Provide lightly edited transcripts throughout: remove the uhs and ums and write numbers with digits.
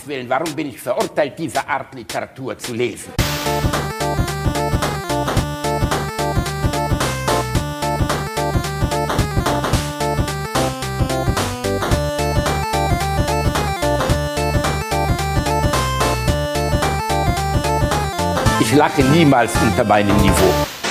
Himmels Willen, warum bin ich verurteilt, diese Art Literatur zu lesen? Ich lache niemals unter meinem Niveau.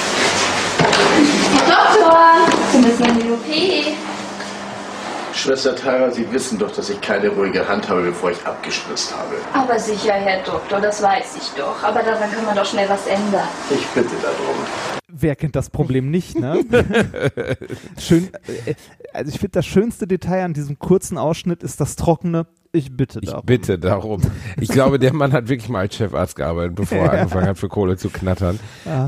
Herr Doktor, Sie müssen in die OP. Schwester Tara, Sie wissen doch, dass ich keine ruhige Hand habe, bevor ich abgespritzt habe. Aber sicher, Herr Doktor, das weiß ich doch. Aber daran kann man doch schnell was ändern. Ich bitte darum. Wer kennt das Problem nicht, ne? Schön, also ich finde, das schönste Detail an diesem kurzen Ausschnitt ist das trockene Ich bitte darum. Ich bitte darum. Ich glaube, der Mann hat wirklich mal als Chefarzt gearbeitet, bevor er angefangen hat, für Kohle zu knattern.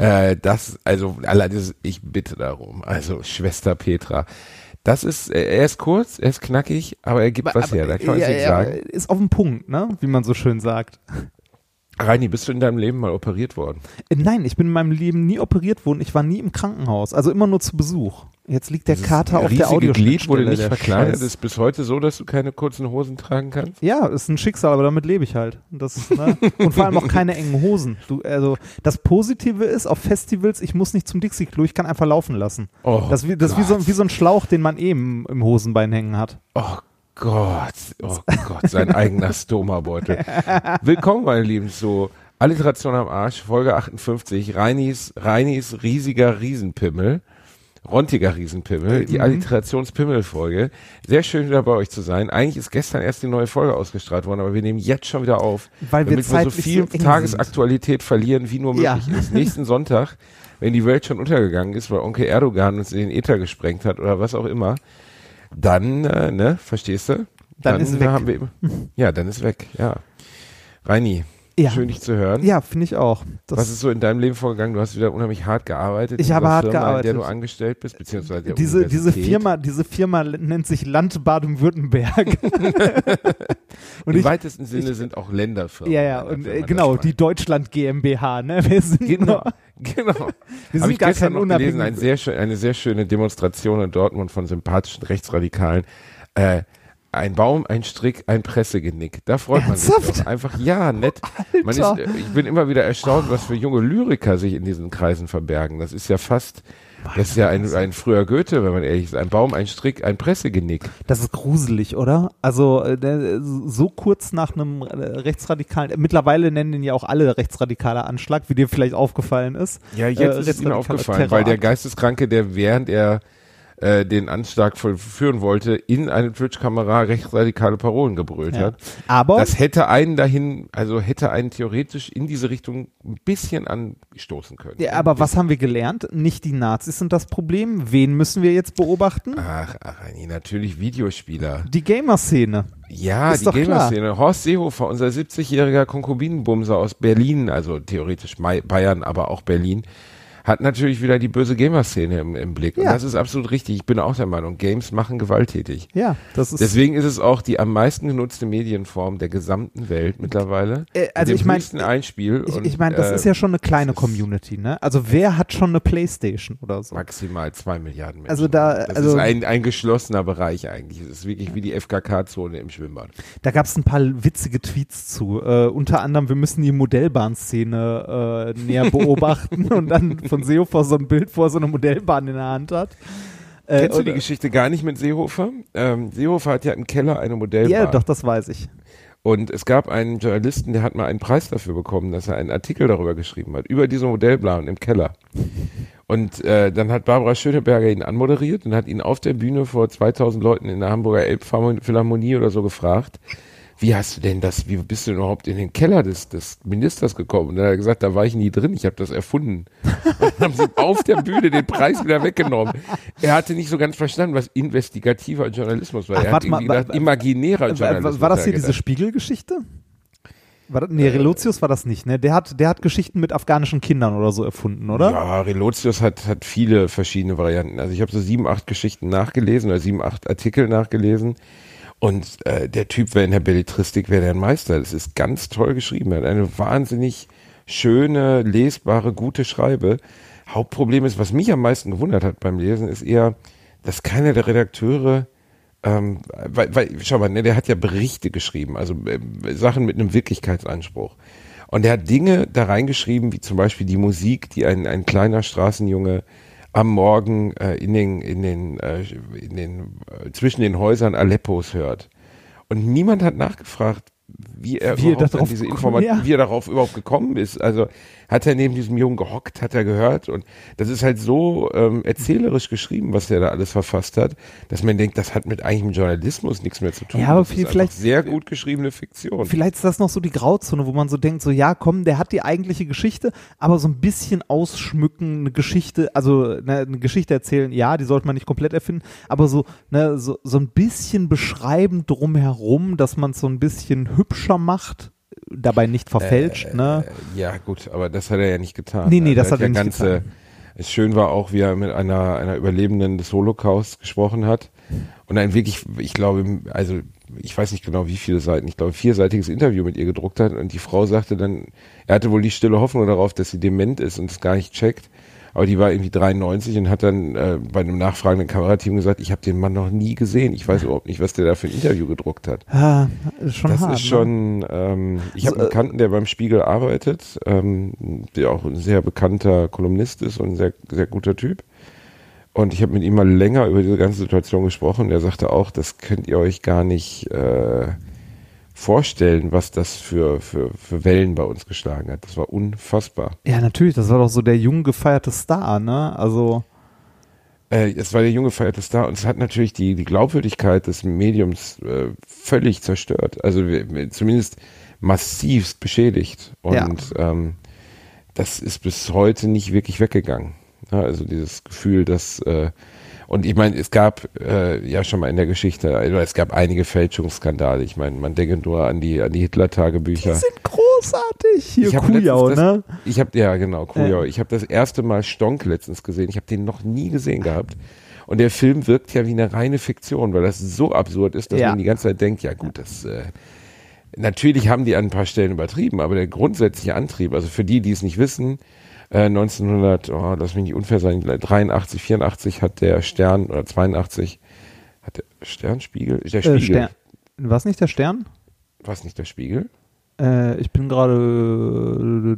Ich bitte darum. Also Schwester Petra. Das ist, er ist kurz, er ist knackig, aber er gibt was her, da kann man nichts sagen. Ist auf den Punkt, ne? Wie man so schön sagt. Reini, bist du in deinem Leben mal operiert worden? Nein, ich bin in meinem Leben nie operiert worden. Ich war nie im Krankenhaus, also immer nur zu Besuch. Jetzt liegt der Kater auf der Audioschnittstelle. Das Glied wurde nicht verkleinert. Das ist bis heute so, dass du keine kurzen Hosen tragen kannst? Ja, ist ein Schicksal, aber damit lebe ich halt. Ne? Und vor allem auch keine engen Hosen. Also das Positive ist auf Festivals, ich muss nicht zum Dixie-Klo, ich kann einfach laufen lassen. Oh, das ist wie so ein Schlauch, den man eben im Hosenbein hängen hat. Oh Gott, sein eigener Stoma-Beutel. Willkommen, meine Lieben, zu Alliteration am Arsch, Folge 58, Reinis riesiger Riesenpimmel, rontiger Riesenpimmel, die Alliterationspimmel-Folge. Sehr schön wieder bei euch zu sein. Eigentlich ist gestern erst die neue Folge ausgestrahlt worden, aber wir nehmen jetzt schon wieder auf, damit wir so viel Tagesaktualität verlieren, wie nur möglich ist. Nächsten Sonntag, wenn die Welt schon untergegangen ist, weil Onkel Erdogan uns in den Äther gesprengt hat oder was auch immer, dann, verstehst du? Dann ist weg. Dann ist weg, ja. Reini, schön dich zu hören. Ja, finde ich auch. Was ist so in deinem Leben vorgegangen? Du hast wieder unheimlich hart gearbeitet. Ich habe hart Firma, gearbeitet. In der du angestellt bist, beziehungsweise der diese Firma nennt sich Land Baden-Württemberg. Und im weitesten Sinne sind auch Länderfirmen. Ja, und genau, die Deutschland GmbH, ne? Wir sind genau. Wir habe ich gar gestern kein noch gelesen, eine sehr schöne Demonstration in Dortmund von sympathischen Rechtsradikalen. Ein Baum, ein Strick, ein Pressegenick. Da freut man sich doch. Einfach, nett. Ich bin immer wieder erstaunt, was für junge Lyriker sich in diesen Kreisen verbergen. Das ist ja fast, das ist ja ein früher Goethe, wenn man ehrlich ist. Ein Baum, ein Strick, ein Pressegenick. Das ist gruselig, oder? Also so kurz nach einem rechtsradikalen, mittlerweile nennen ihn ja auch alle rechtsradikaler Anschlag, wie dir vielleicht aufgefallen ist. Ja, jetzt ist es mir aufgefallen, weil der Geisteskranke, der während er den Anschlag vollführen wollte, in eine Twitch-Kamera rechtsradikale Parolen gebrüllt hat. Aber das hätte einen theoretisch in diese Richtung ein bisschen anstoßen können. Ja, aber was haben wir gelernt? Nicht die Nazis sind das Problem. Wen müssen wir jetzt beobachten? Ach, natürlich Videospieler. Die Gamer-Szene. Ja, die Gamer-Szene. Horst Seehofer, unser 70-jähriger Konkubinenbumser aus Berlin, also theoretisch Bayern, aber auch Berlin, hat natürlich wieder die böse Gamer-Szene im Blick. Und das ist absolut richtig. Ich bin auch der Meinung, Games machen gewalttätig. Ja, das ist. Deswegen ist es auch die am meisten genutzte Medienform der gesamten Welt mittlerweile. Also mit dem höchsten Einspiel. Ich meine, das ist ja schon eine kleine Community, ne? Also wer hat schon eine Playstation oder so? Maximal 2 Milliarden Menschen. Also das ist ein geschlossener Bereich eigentlich. Es ist wirklich wie die FKK-Zone im Schwimmbad. Da gab es ein paar witzige Tweets zu. Unter anderem, wir müssen die Modellbahnszene näher beobachten und dann von Seehofer so ein Bild, wo er so eine Modellbahn in der Hand hat. Kennst du die Geschichte gar nicht mit Seehofer? Seehofer hat ja im Keller eine Modellbahn. Ja, doch, das weiß ich. Und es gab einen Journalisten, der hat mal einen Preis dafür bekommen, dass er einen Artikel darüber geschrieben hat, über diese Modellbahn im Keller. Und dann hat Barbara Schöneberger ihn anmoderiert und hat ihn auf der Bühne vor 2000 Leuten in der Hamburger Elbphilharmonie oder so gefragt, wie bist du denn überhaupt in den Keller des Ministers gekommen? Und dann hat er gesagt, da war ich nie drin, ich habe das erfunden. Und dann haben sie auf der Bühne den Preis wieder weggenommen. Er hatte nicht so ganz verstanden, was investigativer Journalismus war. Er hat irgendwie gedacht, imaginärer Journalismus. War das hier diese Spiegelgeschichte? Relotius war das nicht, ne? Der hat Geschichten mit afghanischen Kindern oder so erfunden, oder? Ja, Relotius hat viele verschiedene Varianten. Also ich habe so 7, 8 Geschichten nachgelesen oder 7, 8 Artikel nachgelesen. Und der Typ wäre in der Belletristik, wäre der ein Meister. Das ist ganz toll geschrieben. Er hat eine wahnsinnig schöne, lesbare, gute Schreibe. Hauptproblem ist, was mich am meisten gewundert hat beim Lesen, ist eher, dass keiner der Redakteure Schau mal, ne, der hat ja Berichte geschrieben, also Sachen mit einem Wirklichkeitsanspruch. Und der hat Dinge da reingeschrieben, wie zum Beispiel die Musik, die ein kleiner Straßenjunge am Morgen zwischen den Häusern Aleppos hört. Und niemand hat nachgefragt, wie er darauf überhaupt gekommen ist. Also hat er neben diesem Jungen gehockt, hat er gehört, und das ist halt so erzählerisch geschrieben, was der da alles verfasst hat, dass man denkt, das hat mit eigentlichem Journalismus nichts mehr zu tun. Ja, aber das ist vielleicht sehr gut geschriebene Fiktion. Vielleicht ist das noch so die Grauzone, wo man so denkt, so ja komm, der hat die eigentliche Geschichte, aber so ein bisschen ausschmücken, eine Geschichte, also eine Geschichte erzählen, ja, die sollte man nicht komplett erfinden, aber so ein bisschen beschreiben drumherum, dass man es so ein bisschen hübscher macht, dabei nicht verfälscht, ne? Ja, gut, aber das hat er ja nicht getan. Nee, also das hat er nicht getan. Es schön war auch, wie er mit einer Überlebenden des Holocaust gesprochen hat und ein wirklich, ich glaube, also ich weiß nicht genau wie viele Seiten, ich glaube 4-seitiges Interview mit ihr gedruckt hat, und die Frau sagte dann, er hatte wohl die stille Hoffnung darauf, dass sie dement ist und es gar nicht checkt. Aber die war irgendwie 93 und hat dann bei einem nachfragenden Kamerateam gesagt, ich habe den Mann noch nie gesehen. Ich weiß überhaupt nicht, was der da für ein Interview gedruckt hat. Ja, ist schon das hart, ist schon, ich habe einen Bekannten, der beim Spiegel arbeitet, der auch ein sehr bekannter Kolumnist ist und ein sehr, sehr guter Typ. Und ich habe mit ihm mal länger über diese ganze Situation gesprochen. Der sagte auch, das könnt ihr euch gar nicht vorstellen, was das für Wellen bei uns geschlagen hat. Das war unfassbar. Ja, natürlich, das war doch so der jung gefeierte Star, ne? Also es war der junge gefeierte Star, und es hat natürlich die Glaubwürdigkeit des Mediums völlig zerstört. Also zumindest massivst beschädigt. Und das ist bis heute nicht wirklich weggegangen. Ja, also dieses Gefühl, dass und ich meine, es gab ja schon mal in der Geschichte, also es gab einige Fälschungsskandale. Ich meine, man denke nur an die Hitler-Tagebücher. Die sind großartig. Hier Kujau, ne? Kujau. Ich habe das erste Mal Stonk letztens gesehen. Ich habe den noch nie gesehen gehabt. Und der Film wirkt ja wie eine reine Fiktion, weil das so absurd ist, dass man die ganze Zeit denkt, ja gut, das natürlich haben die an ein paar Stellen übertrieben, aber der grundsätzliche Antrieb, also für die es nicht wissen, 1900, lass mich nicht unfair sein, 83, 84 hat der Stern, oder 82, hat der Sternspiegel? Der Spiegel. War es nicht der Stern? War es nicht der Spiegel? Ich bin gerade,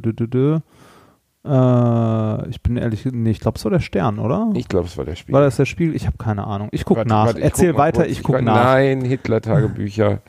ich bin ehrlich, nee, ich glaube es war der Stern, oder? Ich glaube es war der Spiegel. War das der Spiegel? Ich habe keine Ahnung. Ich gucke nach. Warte, erzähl weiter, ich gucke nach. Nein, Hitler-Tagebücher,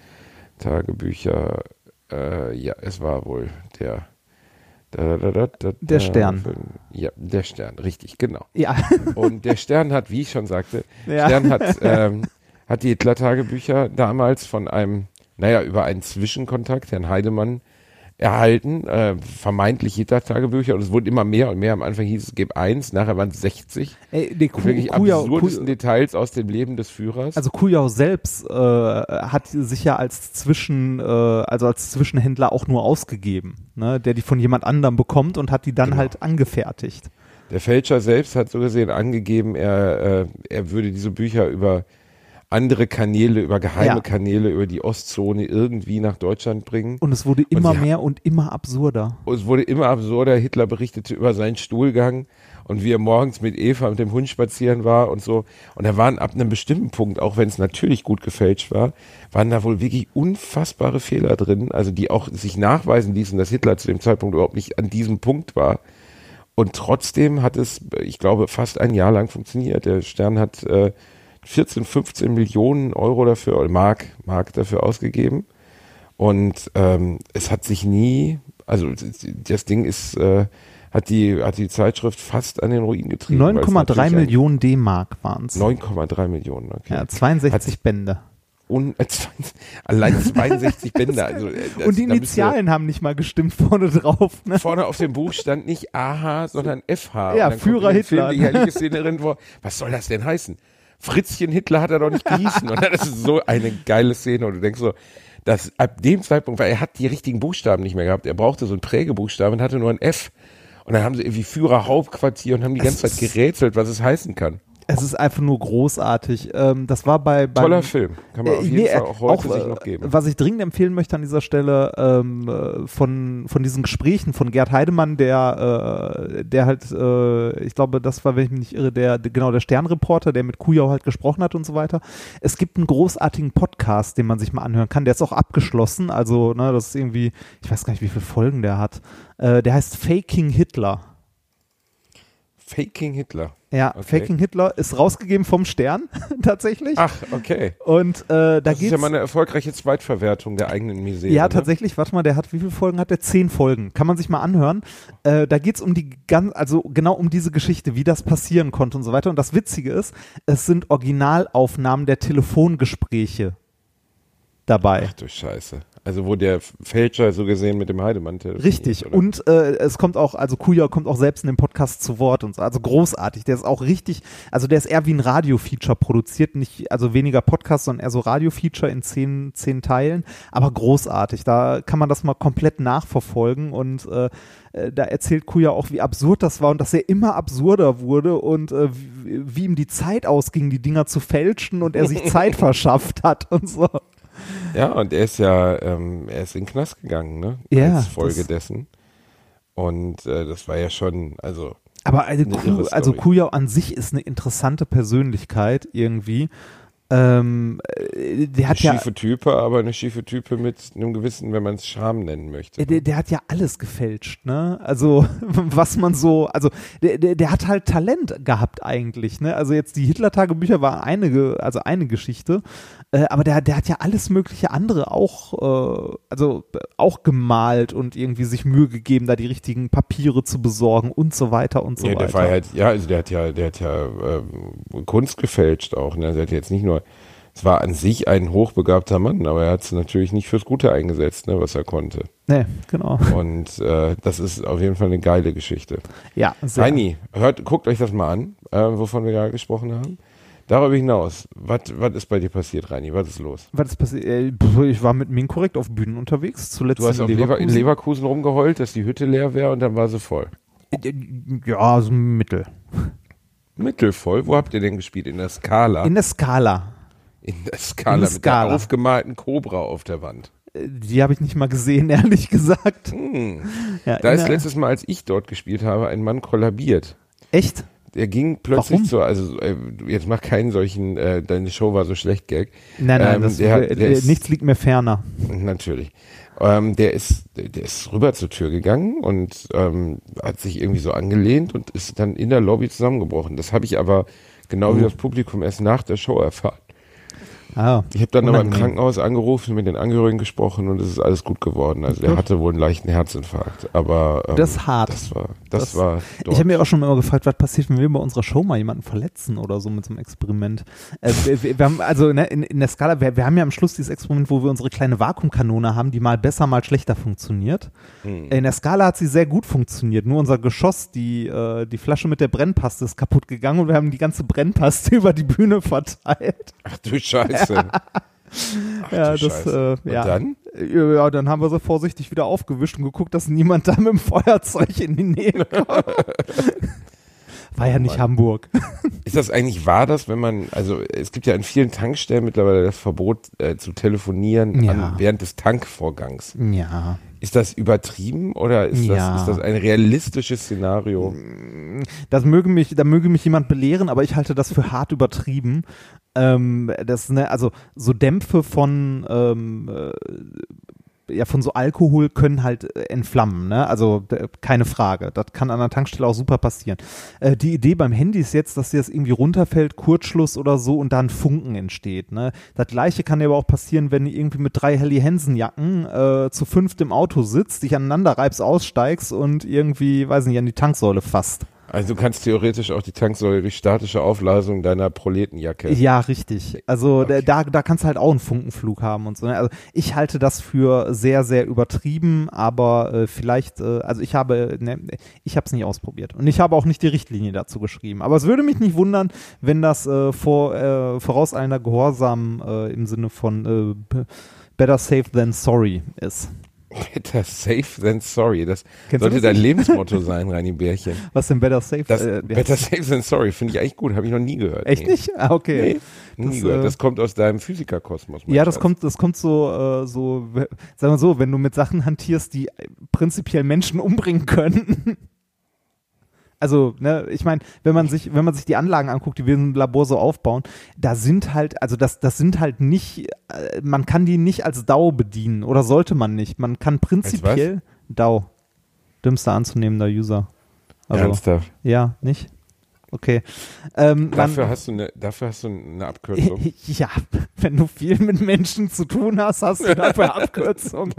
ja, es war wohl der der Stern. Ja, der Stern, richtig, genau. Ja. Und der Stern hat, wie ich schon sagte, Stern hat die Hitler-Tagebücher damals von über einen Zwischenkontakt, Herrn Heidemann, erhalten, vermeintlich Hitler-Tagebücher, und es wurden immer mehr und mehr. Am Anfang hieß es, gib 1, nachher waren es 60. Wirklich absurdesten Details aus dem Leben des Führers. Also Kujau selbst hat sich ja als Zwischenhändler auch nur ausgegeben, ne? Der die von jemand anderem bekommt und hat die dann halt angefertigt. Der Fälscher selbst hat so gesehen angegeben, er würde diese Bücher über andere Kanäle, über geheime Kanäle, über die Ostzone irgendwie nach Deutschland bringen. Und es wurde immer mehr und immer absurder. Es wurde immer absurder. Hitler berichtete über seinen Stuhlgang und wie er morgens mit Eva und dem Hund spazieren war und so. Und da waren ab einem bestimmten Punkt, auch wenn es natürlich gut gefälscht war, waren da wohl wirklich unfassbare Fehler drin, also die auch sich nachweisen ließen, dass Hitler zu dem Zeitpunkt überhaupt nicht an diesem Punkt war. Und trotzdem hat es, ich glaube, fast ein Jahr lang funktioniert. Der Stern hat 14, 15 Millionen Euro dafür, oder Mark dafür ausgegeben. Und es hat sich nie, also das Ding ist, hat die Zeitschrift fast an den Ruin getrieben. 9,3 Millionen D-Mark waren es. 9,3 Millionen, okay. Ja, 62 Bände. Allein 62 Bände. Also, und die Initialen haben nicht mal gestimmt vorne drauf. Ne? Vorne auf dem Buch stand nicht AH, sondern FH. Ja, und dann Führer Hitler. Film, die herrliche Szene drin vor. Was soll das denn heißen? Fritzchen Hitler hat er doch nicht gehießen. Und das ist so eine geile Szene. Und du denkst so, dass ab dem Zeitpunkt, weil er hat die richtigen Buchstaben nicht mehr gehabt. Er brauchte so einen Prägebuchstaben und hatte nur ein F. Und dann haben sie irgendwie Führer Hauptquartier und haben die ganze Zeit gerätselt, was es heißen kann. Es ist einfach nur großartig. Das war beim Toller Film. Kann man auf jeden Fall auch heute sich noch geben. Was ich dringend empfehlen möchte an dieser Stelle, von diesen Gesprächen von Gerd Heidemann, der halt, ich glaube, das war, wenn ich mich nicht irre, der Sternreporter, der mit Kujau halt gesprochen hat und so weiter. Es gibt einen großartigen Podcast, den man sich mal anhören kann. Der ist auch abgeschlossen. Also, ne, das ist irgendwie, ich weiß gar nicht, wie viele Folgen der hat. Der heißt Faking Hitler. Faking Hitler. Ja, okay. Faking Hitler ist rausgegeben vom Stern, tatsächlich. Ach, okay. Und da das geht's. ist ja mal eine erfolgreiche Zweitverwertung der eigenen Misere. Ja, ne? tatsächlich, warte mal, wie viele Folgen hat der? 10 Folgen. Kann man sich mal anhören. Da geht's um genau um diese Geschichte, wie das passieren konnte und so weiter. Und das Witzige ist, es sind Originalaufnahmen der Telefongespräche dabei. Ach du Scheiße. Also wo der Fälscher so gesehen mit dem Heidemann telefoniert. Richtig. Oder? Und es kommt auch, also Kujau kommt auch selbst in dem Podcast zu Wort und so. Also großartig. Der ist auch richtig, also der ist eher wie ein Radio-Feature produziert, nicht, also weniger Podcast, sondern eher so Radio-Feature in 10 Teilen, aber großartig. Da kann man das mal komplett nachverfolgen und da erzählt Kujau auch, wie absurd das war und dass er immer absurder wurde und wie ihm die Zeit ausging, die Dinger zu fälschen und er sich Zeit verschafft hat und so. Ja, und er ist in den Knast gegangen, ne? Ja, als Folge dessen. Und das war ja schon, aber irre Kujau an sich ist eine interessante Persönlichkeit irgendwie. Der hat schiefe Type, aber eine schiefe Type mit einem gewissen, wenn man es Charme nennen möchte. Der hat ja alles gefälscht, ne? Also, was man so, also, der hat halt Talent gehabt eigentlich, ne? Also jetzt die Hitler-Tagebücher war eine Geschichte, aber der hat ja alles mögliche andere auch, auch gemalt und irgendwie sich Mühe gegeben, da die richtigen Papiere zu besorgen und so weiter und so weiter. Der war halt, der hat ja Kunst gefälscht auch, ne? Also er hat jetzt nicht nur, es war an sich ein hochbegabter Mann, aber er hat es natürlich nicht fürs Gute eingesetzt, ne, was er konnte. Nee, genau. Und das ist auf jeden Fall eine geile Geschichte. Ja, sehr. Heini, guckt euch das mal an, wovon wir gerade gesprochen haben. Darüber hinaus, was ist bei dir passiert, Reini? Was ist los? Was ist passiert? Ich war mit Minkorrekt auf Bühnen unterwegs, zuletzt Du hast in in Leverkusen rumgeheult, dass die Hütte leer wäre und dann war sie voll. Ja, so mittel. Mittelvoll? Wo habt ihr denn gespielt? In der Scala? In der Scala. In der Scala mit der aufgemalten Cobra auf der Wand. Die habe ich nicht mal gesehen, ehrlich gesagt. Ja, da ist letztes Mal, als ich dort gespielt habe, ein Mann kollabiert. Echt? Der ging plötzlich Warum? so, also jetzt mach keinen solchen, deine Show war so schlecht, Gag. Nein, nichts liegt mir ferner. Natürlich. Der ist rüber zur Tür gegangen und hat sich irgendwie so angelehnt und ist dann in der Lobby zusammengebrochen. Das habe ich aber genau wie das Publikum erst nach der Show erfahren. Ah, ich habe dann nochmal im Krankenhaus angerufen, mit den Angehörigen gesprochen und es ist alles gut geworden. Also der hatte wohl einen leichten Herzinfarkt, aber das ist hart. Das war ich habe mir auch schon immer gefragt, was passiert, wenn wir bei unserer Show mal jemanden verletzen oder so mit so einem Experiment. Wir haben also in der Skala, wir haben ja am Schluss dieses Experiment, wo wir unsere kleine Vakuumkanone haben, die mal besser, mal schlechter funktioniert. In der Skala hat sie sehr gut funktioniert, nur unser Geschoss, die Flasche mit der Brennpaste ist kaputt gegangen und wir haben die ganze Brennpaste über die Bühne verteilt. Ach du Scheiße. Ach, ja, und dann? Ja, dann haben wir sie vorsichtig wieder aufgewischt und geguckt, dass niemand da mit dem Feuerzeug in die Nähe kommt. War ja nicht Hamburg. Ist das eigentlich wahr, dass wenn man, also es gibt ja an vielen Tankstellen mittlerweile das Verbot zu telefonieren während des Tankvorgangs. Ja. Ist das übertrieben oder ist das ein realistisches Szenario? Da möge mich jemand belehren, aber ich halte das für hart übertrieben. Also so Dämpfe von so Alkohol können halt entflammen, ne? Also keine Frage. Das kann an der Tankstelle auch super passieren. Die Idee beim Handy ist jetzt, dass dir das irgendwie runterfällt, Kurzschluss oder so und da ein Funken entsteht, ne? Das Gleiche kann dir aber auch passieren, wenn du irgendwie mit 3 Helly Hansen Jacken zu 5 im Auto sitzt, dich aneinander reibst, aussteigst und irgendwie, weiß nicht, an die Tanksäule fasst. Also du kannst theoretisch auch die Tanksäule durch statische Auflasung deiner Proletenjacke. Ja, richtig. Also okay. Da kannst du halt auch einen Funkenflug haben und so. Also ich halte das für sehr, sehr übertrieben, aber vielleicht, also ich habe es nicht ausprobiert und ich habe auch nicht die Richtlinie dazu geschrieben. Aber es würde mich nicht wundern, wenn das vorauseilender Gehorsam im Sinne von better safe than sorry ist. Better safe than sorry. Das Kennst du sollte das dein nicht? Lebensmotto sein, Reini Bärchen. Was denn Better Safe? Better safe than sorry finde ich eigentlich gut. Habe ich noch nie gehört. Echt nicht? Ah, okay. Nee, nie Das, gehört. Das kommt aus deinem Physikerkosmos. mein Ja, das Schatz. kommt so, sagen wir so, wenn du mit Sachen hantierst, die prinzipiell Menschen umbringen können. Also, ne, ich meine, wenn man sich die Anlagen anguckt, die wir im Labor so aufbauen, da sind halt, also das sind halt nicht, man kann die nicht als DAO bedienen oder sollte man nicht. Man kann prinzipiell DAO, dümmster anzunehmender User. Also, Ernsthaft? ja, nicht? Okay. Dafür hast du eine Abkürzung. Ja, wenn du viel mit Menschen zu tun hast, hast du dafür Abkürzung.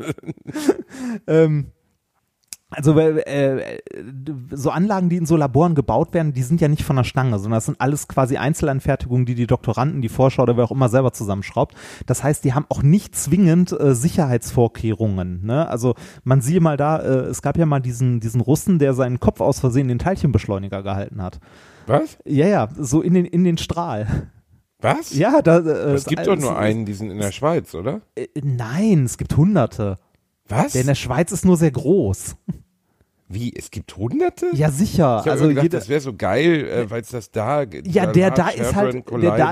Also so Anlagen, die in so Laboren gebaut werden, die sind ja nicht von der Stange, sondern das sind alles quasi Einzelanfertigungen, die Doktoranden, die Forscher oder wer auch immer selber zusammenschraubt. Das heißt, die haben auch nicht zwingend Sicherheitsvorkehrungen. Ne? Also man siehe mal da, es gab ja mal diesen Russen, der seinen Kopf aus Versehen in den Teilchenbeschleuniger gehalten hat. Was? Ja, so in den Strahl. Was? Ja, es gibt doch nur einen, die sind in der Schweiz, oder? Nein, es gibt Hunderte. Was? Der in der Schweiz ist nur sehr groß. Wie? Es gibt Hunderte? Ja, sicher. Ich habe Also gedacht, das wäre so geil, weil es das da gibt. Ja, der da ist halt,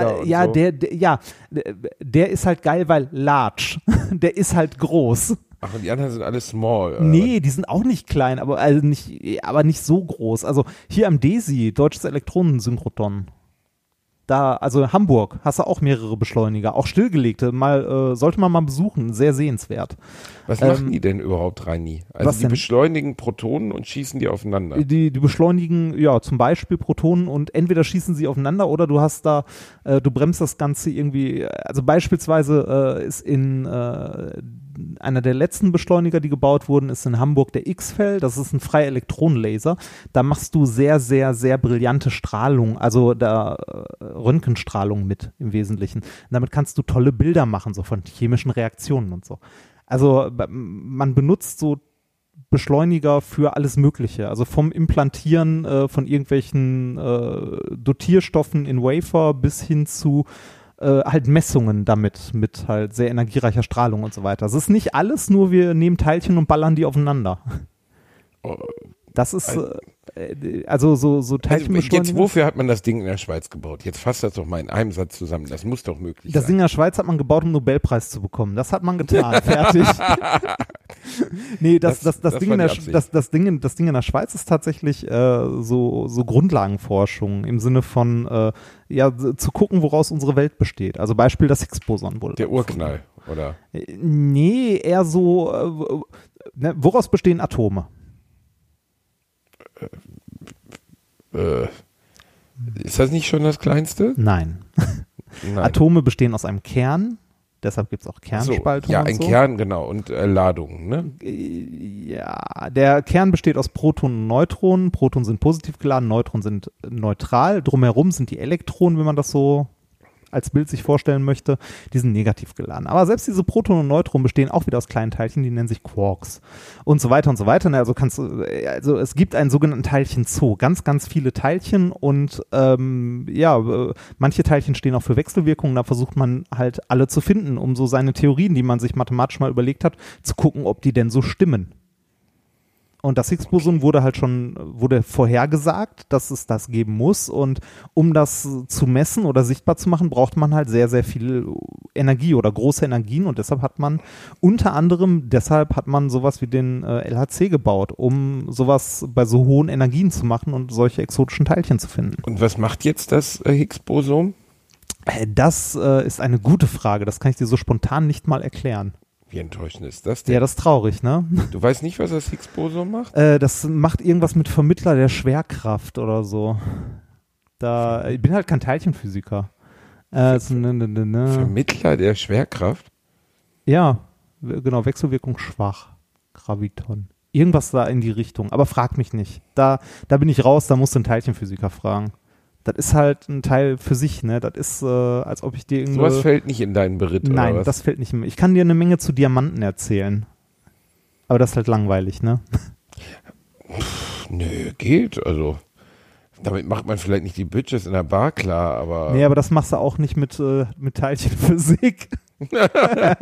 der ist halt geil, weil large. Der ist halt groß. Ach, und die anderen sind alle small. Nee, die sind auch nicht klein, aber nicht so groß. Also hier am DESI, Deutsches Elektronensynchrotron. Da, also Hamburg, hast du auch mehrere Beschleuniger, auch stillgelegte, sollte man mal besuchen, sehr sehenswert. Was machen die denn überhaupt, Reini? Also was die denn? beschleunigen Protonen und schießen die aufeinander. Die beschleunigen, ja, zum Beispiel Protonen und entweder schießen sie aufeinander oder du hast da, du bremst das Ganze irgendwie, also beispielsweise ist in einer der letzten Beschleuniger, die gebaut wurden, ist in Hamburg der X-Fell, das ist ein freier Elektronenlaser. Da machst du sehr, sehr, sehr brillante Strahlung, also da Röntgenstrahlung mit im Wesentlichen. Und damit kannst du tolle Bilder machen, so von chemischen Reaktionen und so. Also man benutzt so Beschleuniger für alles Mögliche, also vom Implantieren von irgendwelchen Dotierstoffen in Wafer bis hin zu halt Messungen damit, mit halt sehr energiereicher Strahlung und so weiter. Das ist nicht alles, nur wir nehmen Teilchen und ballern die aufeinander. Das ist, also so Teilchenbeschleuniger. Jetzt, wofür hat man das Ding in der Schweiz gebaut? Jetzt fasst das doch mal in einem Satz zusammen. Das muss doch möglich Das sein. Ding in der Schweiz hat man gebaut, um einen Nobelpreis zu bekommen. Das hat man getan. Fertig. Nee, das Ding in der Schweiz ist tatsächlich so Grundlagenforschung im Sinne von zu gucken, woraus unsere Welt besteht. Also Beispiel das Higgs-Boson wurde. Der Urknall, oder? Nee, eher so, woraus bestehen Atome? Ist das nicht schon das Kleinste? Nein. Nein. Atome bestehen aus einem Kern, deshalb gibt es auch Kernspaltung. Ja, und ein so. Kern, genau, und Ladungen, ne? Ja, der Kern besteht aus Protonen und Neutronen. Protonen sind positiv geladen, Neutronen sind neutral. Drumherum sind die Elektronen, wenn man das so als Bild sich vorstellen möchte, die sind negativ geladen. Aber selbst diese Protonen und Neutronen bestehen auch wieder aus kleinen Teilchen, die nennen sich Quarks und so weiter und so weiter. Also es gibt einen sogenannten Teilchenzoo, ganz, ganz viele Teilchen und manche Teilchen stehen auch für Wechselwirkungen. Da versucht man halt alle zu finden, um so seine Theorien, die man sich mathematisch mal überlegt hat, zu gucken, ob die denn so stimmen. Und das Higgs-Boson wurde vorhergesagt, dass es das geben muss. Und um das zu messen oder sichtbar zu machen, braucht man halt sehr, sehr viel Energie oder große Energien. Und deshalb hat man sowas wie den LHC gebaut, um sowas bei so hohen Energien zu machen und solche exotischen Teilchen zu finden. Und was macht jetzt das Higgs-Boson? Das ist eine gute Frage. Das kann ich dir so spontan nicht mal erklären. Wie enttäuschend ist das denn? Ja, das ist traurig, ne? Du weißt nicht, was das Higgs-Boson macht? Das macht irgendwas mit Vermittler der Schwerkraft oder so. Ich bin halt kein Teilchenphysiker. Vermittler der Schwerkraft? Ja, genau, Wechselwirkung schwach. Graviton. Irgendwas da in die Richtung, aber frag mich nicht. Da bin ich raus, da musst du einen Teilchenphysiker fragen. Das ist halt ein Teil für sich, ne? Das ist, als ob ich dir irgendwie. Sowas fällt nicht in deinen Beritt, oder was? Nein, das fällt nicht mehr. Ich kann dir eine Menge zu Diamanten erzählen. Aber das ist halt langweilig, ne? Nö, geht. Also, damit macht man vielleicht nicht die Bitches in der Bar klar, aber. Nee, aber das machst du auch nicht mit Teilchenphysik.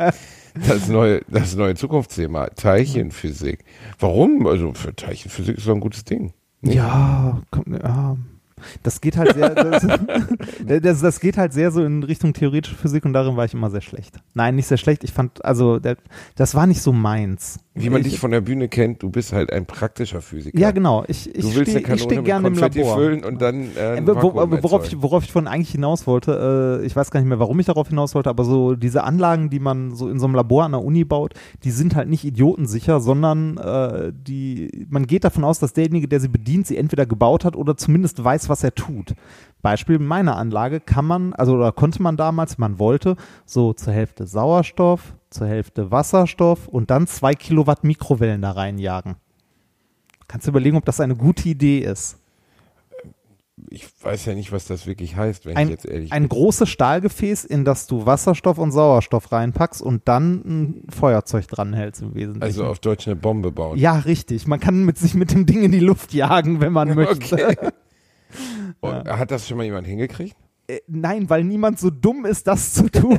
Das neue Zukunftsthema, Teilchenphysik. Warum? Also für Teilchenphysik ist doch ein gutes Ding. Nee. Ja, das geht halt sehr, das geht halt sehr so in Richtung theoretische Physik und darin war ich immer sehr schlecht. Nein, nicht sehr schlecht. Ich fand, also das war nicht so meins. Wie man dich von der Bühne kennt, du bist halt ein praktischer Physiker. Ja, genau. Ich stehe gerne im Labor. Füllen und dann worauf ich von eigentlich hinaus wollte, ich weiß gar nicht mehr, warum ich darauf hinaus wollte, aber so diese Anlagen, die man so in so einem Labor an der Uni baut, die sind halt nicht idiotensicher, sondern man geht davon aus, dass derjenige, der sie bedient, sie entweder gebaut hat oder zumindest weiß, was er tut. Beispiel meiner Anlage konnte man damals, man wollte, so zur Hälfte Sauerstoff, zur Hälfte Wasserstoff und dann 2 Kilowatt Mikrowellen da reinjagen. Kannst du überlegen, ob das eine gute Idee ist. Ich weiß ja nicht, was das wirklich heißt, wenn ich jetzt ehrlich bin. Ein großes Stahlgefäß, in das du Wasserstoff und Sauerstoff reinpackst und dann ein Feuerzeug dranhältst im Wesentlichen. Also auf Deutsch eine Bombe bauen. Ja, richtig. Man kann sich mit dem Ding in die Luft jagen, wenn man möchte. Okay. Hat das schon mal jemand hingekriegt? Nein, weil niemand so dumm ist, das zu tun.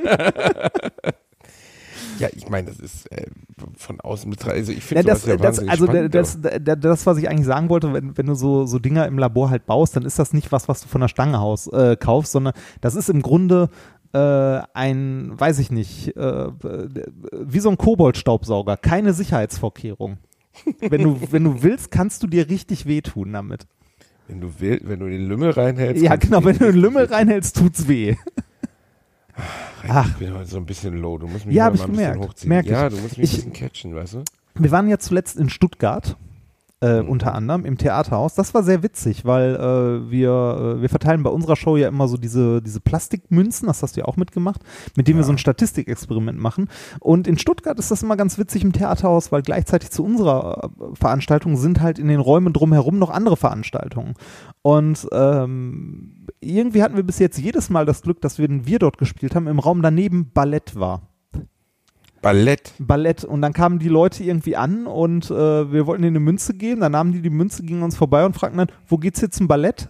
Ja, ich meine, das ist von außen betrachtet, also ich finde das wahnsinnig spannend. Das, was ich eigentlich sagen wollte, wenn du so Dinger im Labor halt baust, dann ist das nicht was du von der Stange kaufst, sondern das ist im Grunde weiß ich nicht, wie so ein Koboldstaubsauger, keine Sicherheitsvorkehrung. Wenn du willst, kannst du dir richtig wehtun damit. Wenn du den Lümmel reinhältst. Ja, genau, wenn du den Lümmel reinhältst, tut's weh. Ich bin heute so ein bisschen low. Du musst mich mal ein bisschen hochziehen. Ja, du musst mich ein bisschen catchen, weißt du? Wir waren ja zuletzt in Stuttgart, unter anderem im Theaterhaus. Das war sehr witzig, weil wir verteilen bei unserer Show ja immer so diese Plastikmünzen, das hast du ja auch mitgemacht, mit denen wir so ein Statistikexperiment machen. Und in Stuttgart ist das immer ganz witzig im Theaterhaus, weil gleichzeitig zu unserer Veranstaltung sind halt in den Räumen drumherum noch andere Veranstaltungen. Und irgendwie hatten wir bis jetzt jedes Mal das Glück, dass wenn wir dort gespielt haben, im Raum daneben Ballett war. Ballett. Und dann kamen die Leute irgendwie an und wir wollten ihnen eine Münze geben. Dann nahmen die Münze, gingen uns vorbei und fragten dann, wo geht's jetzt zum Ballett?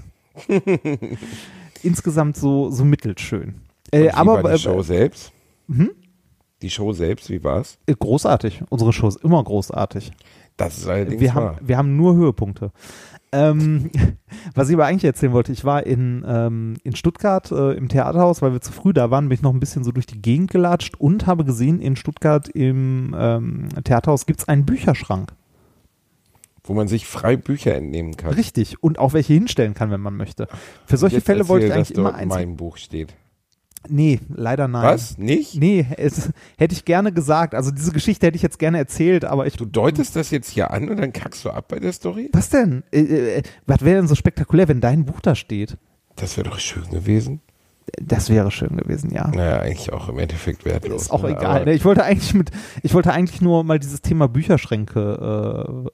Insgesamt so mittelschön. Wie war die Show selbst? Die Show selbst, wie war's? Großartig. Unsere Show ist immer großartig. Das ist allerdings wahr. Wir haben nur Höhepunkte. Was ich aber eigentlich erzählen wollte, ich war in Stuttgart im Theaterhaus, weil wir zu früh da waren, bin ich noch ein bisschen so durch die Gegend gelatscht und habe gesehen, in Stuttgart im Theaterhaus gibt es einen Bücherschrank. Wo man sich frei Bücher entnehmen kann. Richtig, und auch welche hinstellen kann, wenn man möchte. Für solche Fälle wollte ich eigentlich immer eins. In meinem Buch steht. Nee, leider nein. Was? Nicht? Nee, hätte ich gerne gesagt. Also diese Geschichte hätte ich jetzt gerne erzählt, aber Du deutest das jetzt hier an und dann kackst du ab bei der Story? Was denn? Was wäre denn so spektakulär, wenn dein Buch da steht? Das wäre doch schön gewesen. Das wäre schön gewesen, ja. Naja, eigentlich auch im Endeffekt wertlos. Ist auch egal. Ne? Ich wollte eigentlich nur mal dieses Thema Bücherschränke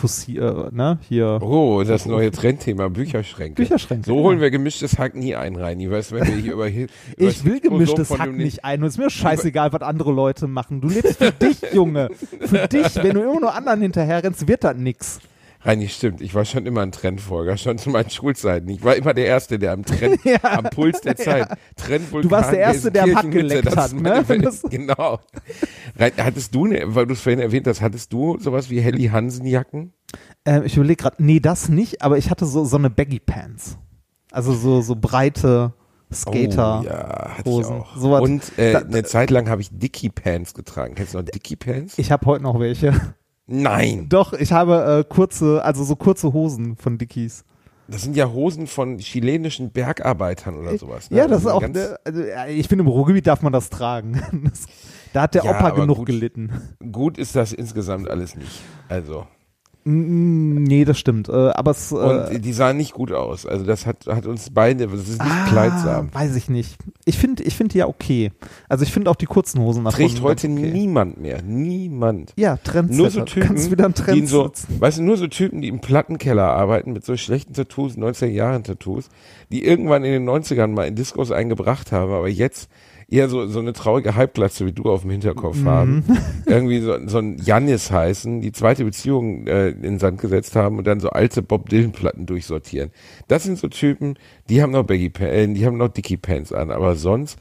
hier. Oh, das neue Trendthema, Bücherschränke. So holen wir gemischtes Hack nie ein, Reini. Weißt du, wenn wir hier ich will gemischtes Hack nicht ein. Und es ist mir scheißegal, was andere Leute machen. Du lebst für dich, Junge. Für dich. Wenn du immer nur anderen hinterher rennst, wird das nix. Reini, stimmt. Ich war schon immer ein Trendfolger, schon zu meinen Schulzeiten. Ich war immer der Erste, der am am Puls der Zeit, Trendvulkan. Du warst der Erste, der am Hack geleckt hat, ne? Genau. Hattest du, weil du es vorhin erwähnt hast, hattest du sowas wie Helly Hansen Jacken? Ich überlege gerade, nee, das nicht, aber ich hatte so eine Baggy Pants. Also so breite Skater. Oh, ja, hatte Hosen. ich auch. Sowas. Und eine Zeit lang habe ich Dickie Pants getragen. Kennst du noch Dickie Pants? Ich habe heute noch welche. Nein. Doch, ich habe kurze Hosen von Dickies. Das sind ja Hosen von chilenischen Bergarbeitern oder sowas. Ne? Ja, das ist auch, ich finde, im Ruhrgebiet darf man das tragen. Da hat der Opa genug gelitten. Gut ist das insgesamt alles nicht. Also. Nee, das stimmt. Aber es. Und die sahen nicht gut aus. Also das hat uns beide, das ist nicht kleidsam. Weiß ich nicht. Ich finde die ja okay. Also ich finde auch die kurzen Hosen davon. Trägt heute niemand mehr. Niemand. Ja, Trendsetter. Nur so Typen, kannst wieder einen Trend weißt du, nur so Typen, die im Plattenkeller arbeiten mit so schlechten Tattoos, 90er-Jahren-Tattoos, die irgendwann in den 90ern mal in Discos eingebracht haben, aber jetzt eher so eine traurige Halbglatze wie du auf dem Hinterkopf haben. Irgendwie so ein Jannis heißen, die zweite Beziehung in den Sand gesetzt haben und dann so alte Bob Dylan Platten durchsortieren. Das sind so Typen, die haben noch die haben noch Dickie Pants an, aber sonst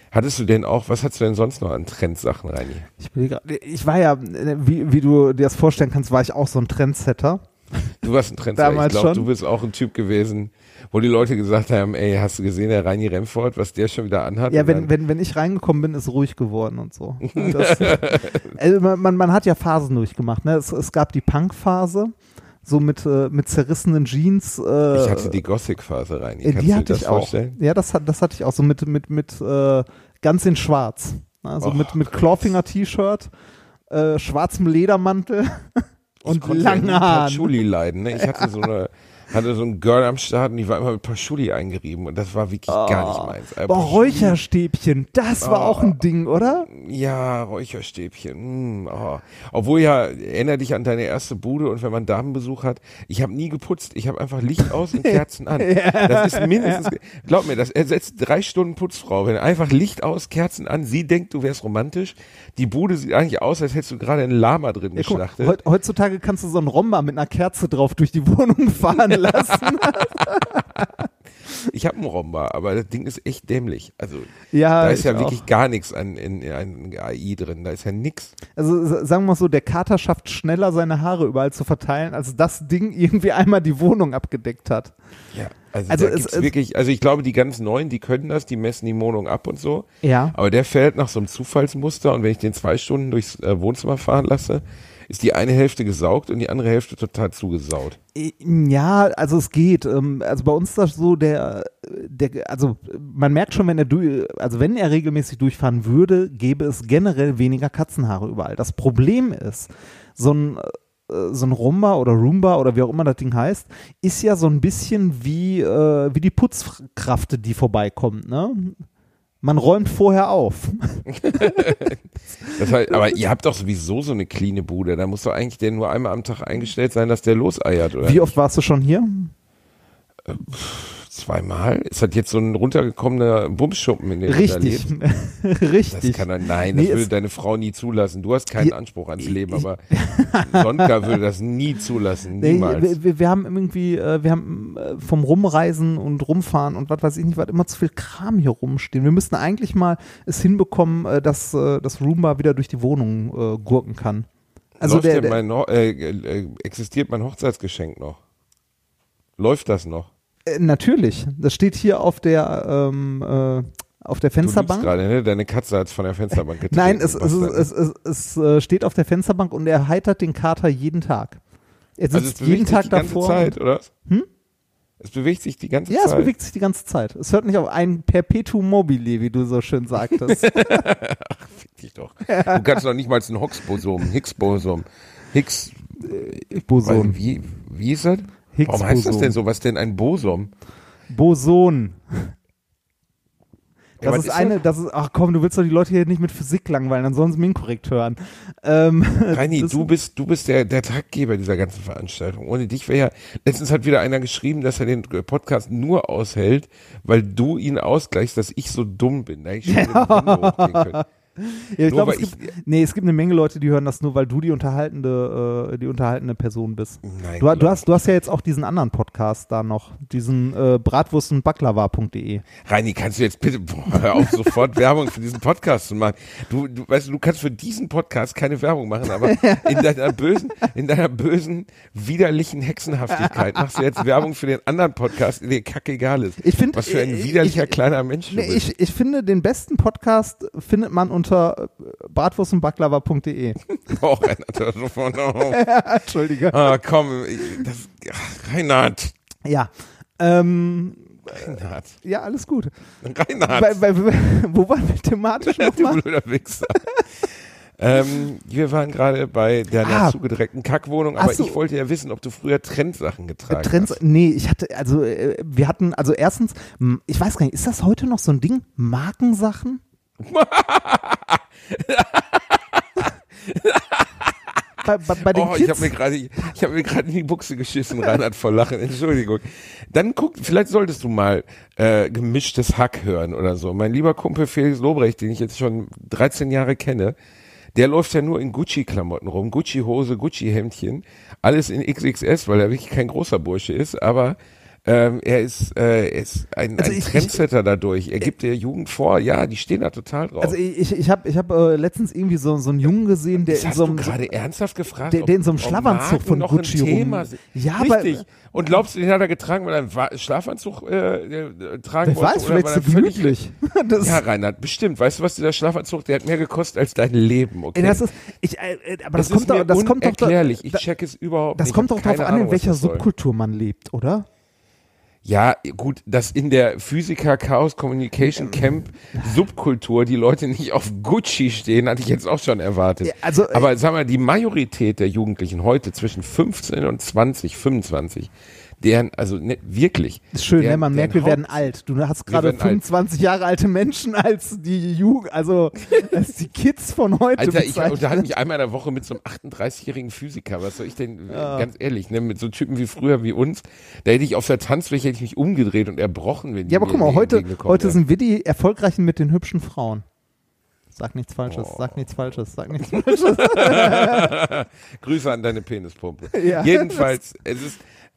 Hattest du denn auch, was hattest du denn sonst noch an Trendsachen, Reini? Ich war ja, wie du dir das vorstellen kannst, war ich auch so ein Trendsetter. Du warst ein Trendsetter. Damals ich glaube, schon. du bist auch ein Typ gewesen, wo die Leute gesagt haben, ey, hast du gesehen, der Reini Remford, was der schon wieder anhat? Ja, wenn ich reingekommen bin, ist ruhig geworden und so. Also man hat ja Phasen durchgemacht. Ne? Es gab die Punk-Phase, so mit zerrissenen Jeans. Ich hatte die Gothic-Phase, Reini. Kannst die du dir hatte das ich vorstellen? auch. Ja, das hatte ich auch so mit ganz in Schwarz. Also mit Clawfinger-T-Shirt, schwarzem Ledermantel und langen Haaren. Patchouli leiden. Ne? Ich hatte so ein Girl am Start und die war immer mit Patchouli eingerieben und das war wirklich gar nicht meins. Boah, Räucherstäbchen, das war auch ein Ding, oder? Ja, Räucherstäbchen. Obwohl ja, erinnere dich an deine erste Bude und wenn man Damenbesuch hat, ich habe nie geputzt, ich habe einfach Licht aus und Kerzen an. Das ist mindestens, glaub mir, das ersetzt 3 Stunden Putzfrau. Wenn einfach Licht aus, Kerzen an, sie denkt, du wärst romantisch. Die Bude sieht eigentlich aus, als hättest du gerade einen Lama drin geschlachtet. Guck, heutzutage kannst du so einen Romba mit einer Kerze drauf durch die Wohnung fahren lassen. Ich habe einen Romba, aber das Ding ist echt dämlich. Also ja, da ist ja auch. wirklich gar nichts in AI drin. Da ist ja nix. Also sagen wir mal so, der Kater schafft schneller seine Haare überall zu verteilen, als das Ding irgendwie einmal die Wohnung abgedeckt hat. Ja, also Also da gibt's wirklich, also ich glaube, die ganz Neuen, die können das, die messen die Wohnung ab und so. Ja. Aber der fällt nach so einem Zufallsmuster und wenn ich den 2 Stunden durchs Wohnzimmer fahren lasse, ist die eine Hälfte gesaugt und die andere Hälfte total zugesaut. Ja, also es geht. Also bei uns ist das so, also man merkt schon, wenn er regelmäßig durchfahren würde, gäbe es generell weniger Katzenhaare überall. Das Problem ist, so ein Roomba oder Roomba oder wie auch immer das Ding heißt, ist ja so ein bisschen wie die Putzkraft, die vorbeikommt, ne? Man räumt vorher auf. Das heißt, aber ihr habt doch sowieso so eine cleane Bude. Da muss doch eigentlich der nur einmal am Tag eingestellt sein, dass der loseiert, oder? Wie oft warst du schon hier? 2-mal? Ist das jetzt so ein runtergekommener Bumsschuppen, in dem Richtig. du da lebst? Richtig. Das kann er, nein, das würde deine Frau nie zulassen. Du hast keinen Anspruch ans Leben, aber Sonka würde das nie zulassen, niemals. Wir haben irgendwie, vom Rumreisen und Rumfahren und was weiß ich nicht, was immer zu viel Kram hier rumstehen. Wir müssten eigentlich mal es hinbekommen, dass das Roomba wieder durch die Wohnung gurken kann. Also existiert mein Hochzeitsgeschenk noch? Läuft das noch? Natürlich. Das steht hier auf der Fensterbank. Du gerade, ne? Deine Katze hat es von der Fensterbank getreten. Nein, es steht auf der Fensterbank und er heitert den Kater jeden Tag. Er sitzt jeden Tag davor. Die ganze Zeit, oder? Es bewegt sich die ganze Zeit. Ja, es bewegt sich die ganze Zeit. Es hört nicht auf, ein Perpetuum mobile, wie du so schön sagtest. Ach, fick dich doch. Du kannst doch nicht mal ein Higgs-Boson. Boson. Wie ist das? Warum heißt das denn so? Was denn ein Boson? Boson. Ja, ach komm, du willst doch die Leute hier nicht mit Physik langweilen, dann sollen sie mich inkorrekt hören. Reini, du bist der Taggeber dieser ganzen Veranstaltung. Ohne dich wäre ja, letztens hat wieder einer geschrieben, dass er den Podcast nur aushält, weil du ihn ausgleichst, dass ich so dumm bin. Da hätte ich schon mit den Händen hochgehen können. Ja, ich glaube, es gibt eine Menge Leute, die hören das nur, weil du die unterhaltende Person bist. Nein, Du hast ja jetzt auch diesen anderen Podcast da noch, diesen Bratwurst und Baklava.de. Reini, kannst du jetzt bitte hör auf, sofort Werbung für diesen Podcast zu machen? Du weißt, du kannst für diesen Podcast keine Werbung machen, aber in deiner bösen, widerlichen Hexenhaftigkeit machst du jetzt Werbung für den anderen Podcast, der dir kackegal ist. Was für ein widerlicher kleiner Mensch du bist. Ich finde, den besten Podcast findet man unter bratwurst und baklava.de. Auch einer sofort. Entschuldige. Ah, komm, Reinhard. Ja. Reinhard. Ja, alles gut. Reinhard. Wo waren wir thematisch nochmal? Du blöder Wichser. Wir waren gerade bei deiner zugedreckten Kackwohnung, aber ich wollte ja wissen, ob du früher Trendsachen getragen hast. Nee, wir hatten erstens, ich weiß gar nicht, ist das heute noch so ein Ding? Markensachen? bei den Kids? Ich habe mir gerade in die Buchse geschissen, Reinhard, vor Lachen, Entschuldigung. Dann vielleicht solltest du mal gemischtes Hack hören oder so. Mein lieber Kumpel Felix Lobrecht, den ich jetzt schon 13 Jahre kenne, der läuft ja nur in Gucci-Klamotten rum, Gucci-Hose, Gucci-Hemdchen, alles in XXS, weil er wirklich kein großer Bursche ist, aber Er ist ein Trendsetter dadurch. Er gibt der Jugend vor, ja, die stehen da total drauf. Also ich hab letztens irgendwie so einen Jungen gesehen, der in so einem gerade ernsthaft gefragt, der in so einem Schlafanzug von Gucci rum. Ja, richtig. Und glaubst du, den hat er getragen, weil er einen Schlafanzug tragen wollte? Weiß, vielleicht so gemütlich. Ja, Reinhard, bestimmt. Weißt du was, dieser Schlafanzug, der hat mehr gekostet als dein Leben, okay? Aber das kommt doch unerklärlich. Ich check es überhaupt nicht. Das kommt doch darauf an, in welcher Subkultur man lebt, oder? Ja, gut, dass in der Physiker Chaos Communication Camp Subkultur die Leute nicht auf Gucci stehen, hatte ich jetzt auch schon erwartet. Ja, also, aber sag mal, die Majorität der Jugendlichen heute zwischen 15 und 25, deren, also ne, wirklich. Ist schön, wenn man merkt, wir werden alt. Du hast gerade 25 Jahre alte Menschen als die Jugend, also als die Kids von heute. Alter, ich unterhalte mich einmal in der Woche mit so einem 38-jährigen Physiker. Was soll ich denn, ganz ehrlich, ne, mit so Typen wie früher, wie uns, da hätte ich auf der Tanzfläche hätte ich mich umgedreht und erbrochen, wenn die. Ja, aber guck mal, heute sind wir die Erfolgreichen mit den hübschen Frauen. Sag nichts Falsches, sag nichts Falsches. Grüße an deine Penispumpe. Ja. Jedenfalls, es ist,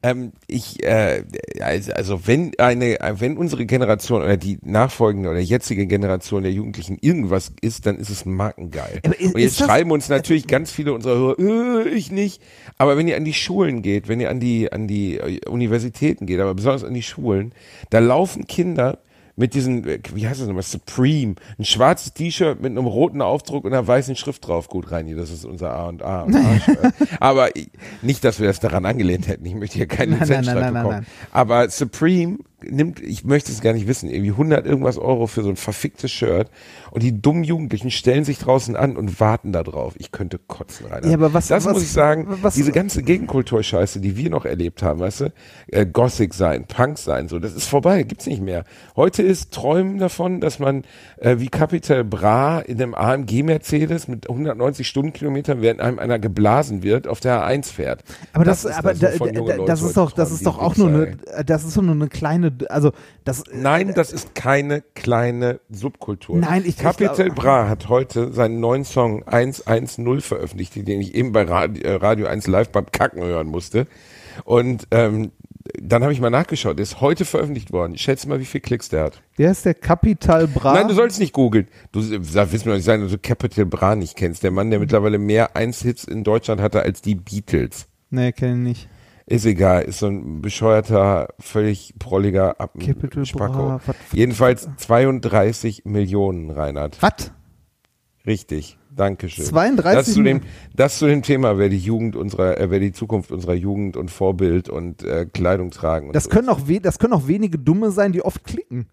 also wenn unsere Generation oder die nachfolgende oder jetzige Generation der Jugendlichen irgendwas ist, dann ist es markengeil. Und jetzt schreiben uns natürlich ganz viele unserer Hörer, ich nicht. Aber wenn ihr an die Schulen geht, wenn ihr an die Universitäten geht, aber besonders an die Schulen, da laufen Kinder mit diesen, wie heißt das nochmal, Supreme, ein schwarzes T-Shirt mit einem roten Aufdruck und einer weißen Schrift drauf. Gut, Reini, das ist unser A&A. Und aber nicht, dass wir das daran angelehnt hätten. Ich möchte hier keinen Lizenzstreit bekommen. Aber Supreme nimmt, ich möchte es gar nicht wissen, irgendwie 100 irgendwas Euro für so ein verficktes Shirt und die dummen Jugendlichen stellen sich draußen an und warten da drauf. Ich könnte kotzen, Rainer. Ja, aber muss ich sagen, diese ganze Gegenkulturscheiße, die wir noch erlebt haben, weißt du, Gothic sein, Punk sein, so, das ist vorbei, gibt's nicht mehr. Heute ist Träumen davon, dass man wie Capital Bra in einem AMG-Mercedes mit 190 Stundenkilometern, während einem einer geblasen wird, auf der A1 fährt. Aber das ist doch auch nur eine kleine, also das. Nein, das ist keine kleine Subkultur. Nein, Capital Bra hat heute seinen neuen Song 110 veröffentlicht, den ich eben bei Radio 1 Live beim Kacken hören musste. Und dann habe ich mal nachgeschaut, der ist heute veröffentlicht worden. Schätze mal, wie viel Klicks der hat. Wer ist der Capital Bra? Nein, du sollst nicht googeln. Du willst mir doch nicht sagen, dass du Capital Bra nicht kennst. Der Mann, der mittlerweile mehr 1-Hits in Deutschland hatte als die Beatles. Nee, kenn ich nicht. Ist egal, ist so ein bescheuerter, völlig prolliger Spacko. Jedenfalls 32 Millionen, Reinhard. Was? Richtig, Dankeschön. 32 Das zu dem Thema, wer die Zukunft unserer Jugend und Vorbild und Kleidung tragen. Und das können auch wenige Dumme sein, die oft klicken.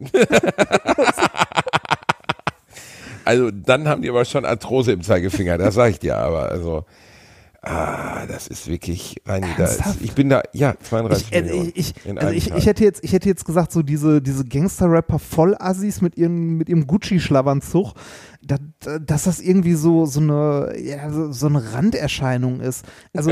Also dann haben die aber schon Arthrose im Zeigefinger, das sag ich dir aber, also. Das ist wirklich, ich bin da, ja, 32 Millionen. Ich hätte jetzt gesagt, so diese Gangster-Rapper Vollassis mit ihrem Gucci-Schlafanzug, dass das irgendwie so eine Randerscheinung ist. Also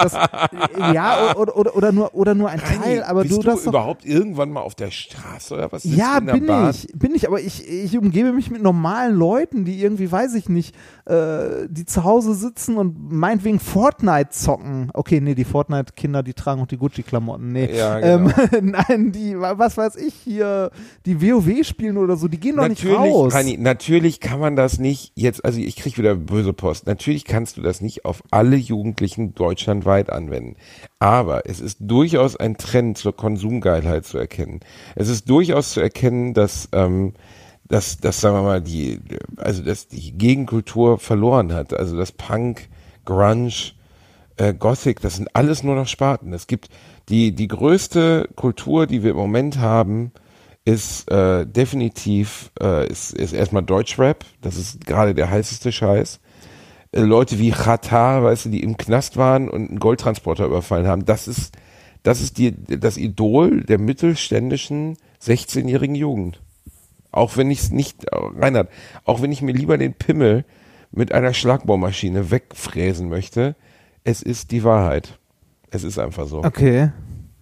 oder nur ein Teil, aber bist du überhaupt irgendwann mal auf der Straße oder was? Ja, bin ich, aber ich umgebe mich mit normalen Leuten, die irgendwie, weiß ich nicht, die zu Hause sitzen und meinetwegen Fortnite zocken. Okay, nee, die Fortnite-Kinder, die tragen auch die Gucci-Klamotten. Nee. Ja, genau. Nein, die, was weiß ich hier, die WoW spielen oder so, die gehen doch nicht raus. Heini, natürlich kann man das nicht jetzt, also ich kriege wieder böse Post, natürlich kannst du das nicht auf alle Jugendlichen deutschlandweit anwenden. Aber es ist durchaus ein Trend zur Konsumgeilheit zu erkennen. Es ist durchaus zu erkennen, dass sagen wir mal, dass die Gegenkultur verloren hat. Also das Punk, Grunge, Gothic, das sind alles nur noch Sparten. Es gibt die größte Kultur, die wir im Moment haben, ist definitiv ist erstmal Deutschrap. Das ist gerade der heißeste Scheiß. Leute wie Xatar, weißt du, die im Knast waren und einen Goldtransporter überfallen haben. Das ist das Idol der mittelständischen 16-jährigen Jugend. Auch wenn ich es nicht, Reinhard, auch wenn ich mir lieber den Pimmel mit einer Schlagbohrmaschine wegfräsen möchte, es ist die Wahrheit. Es ist einfach so. Okay.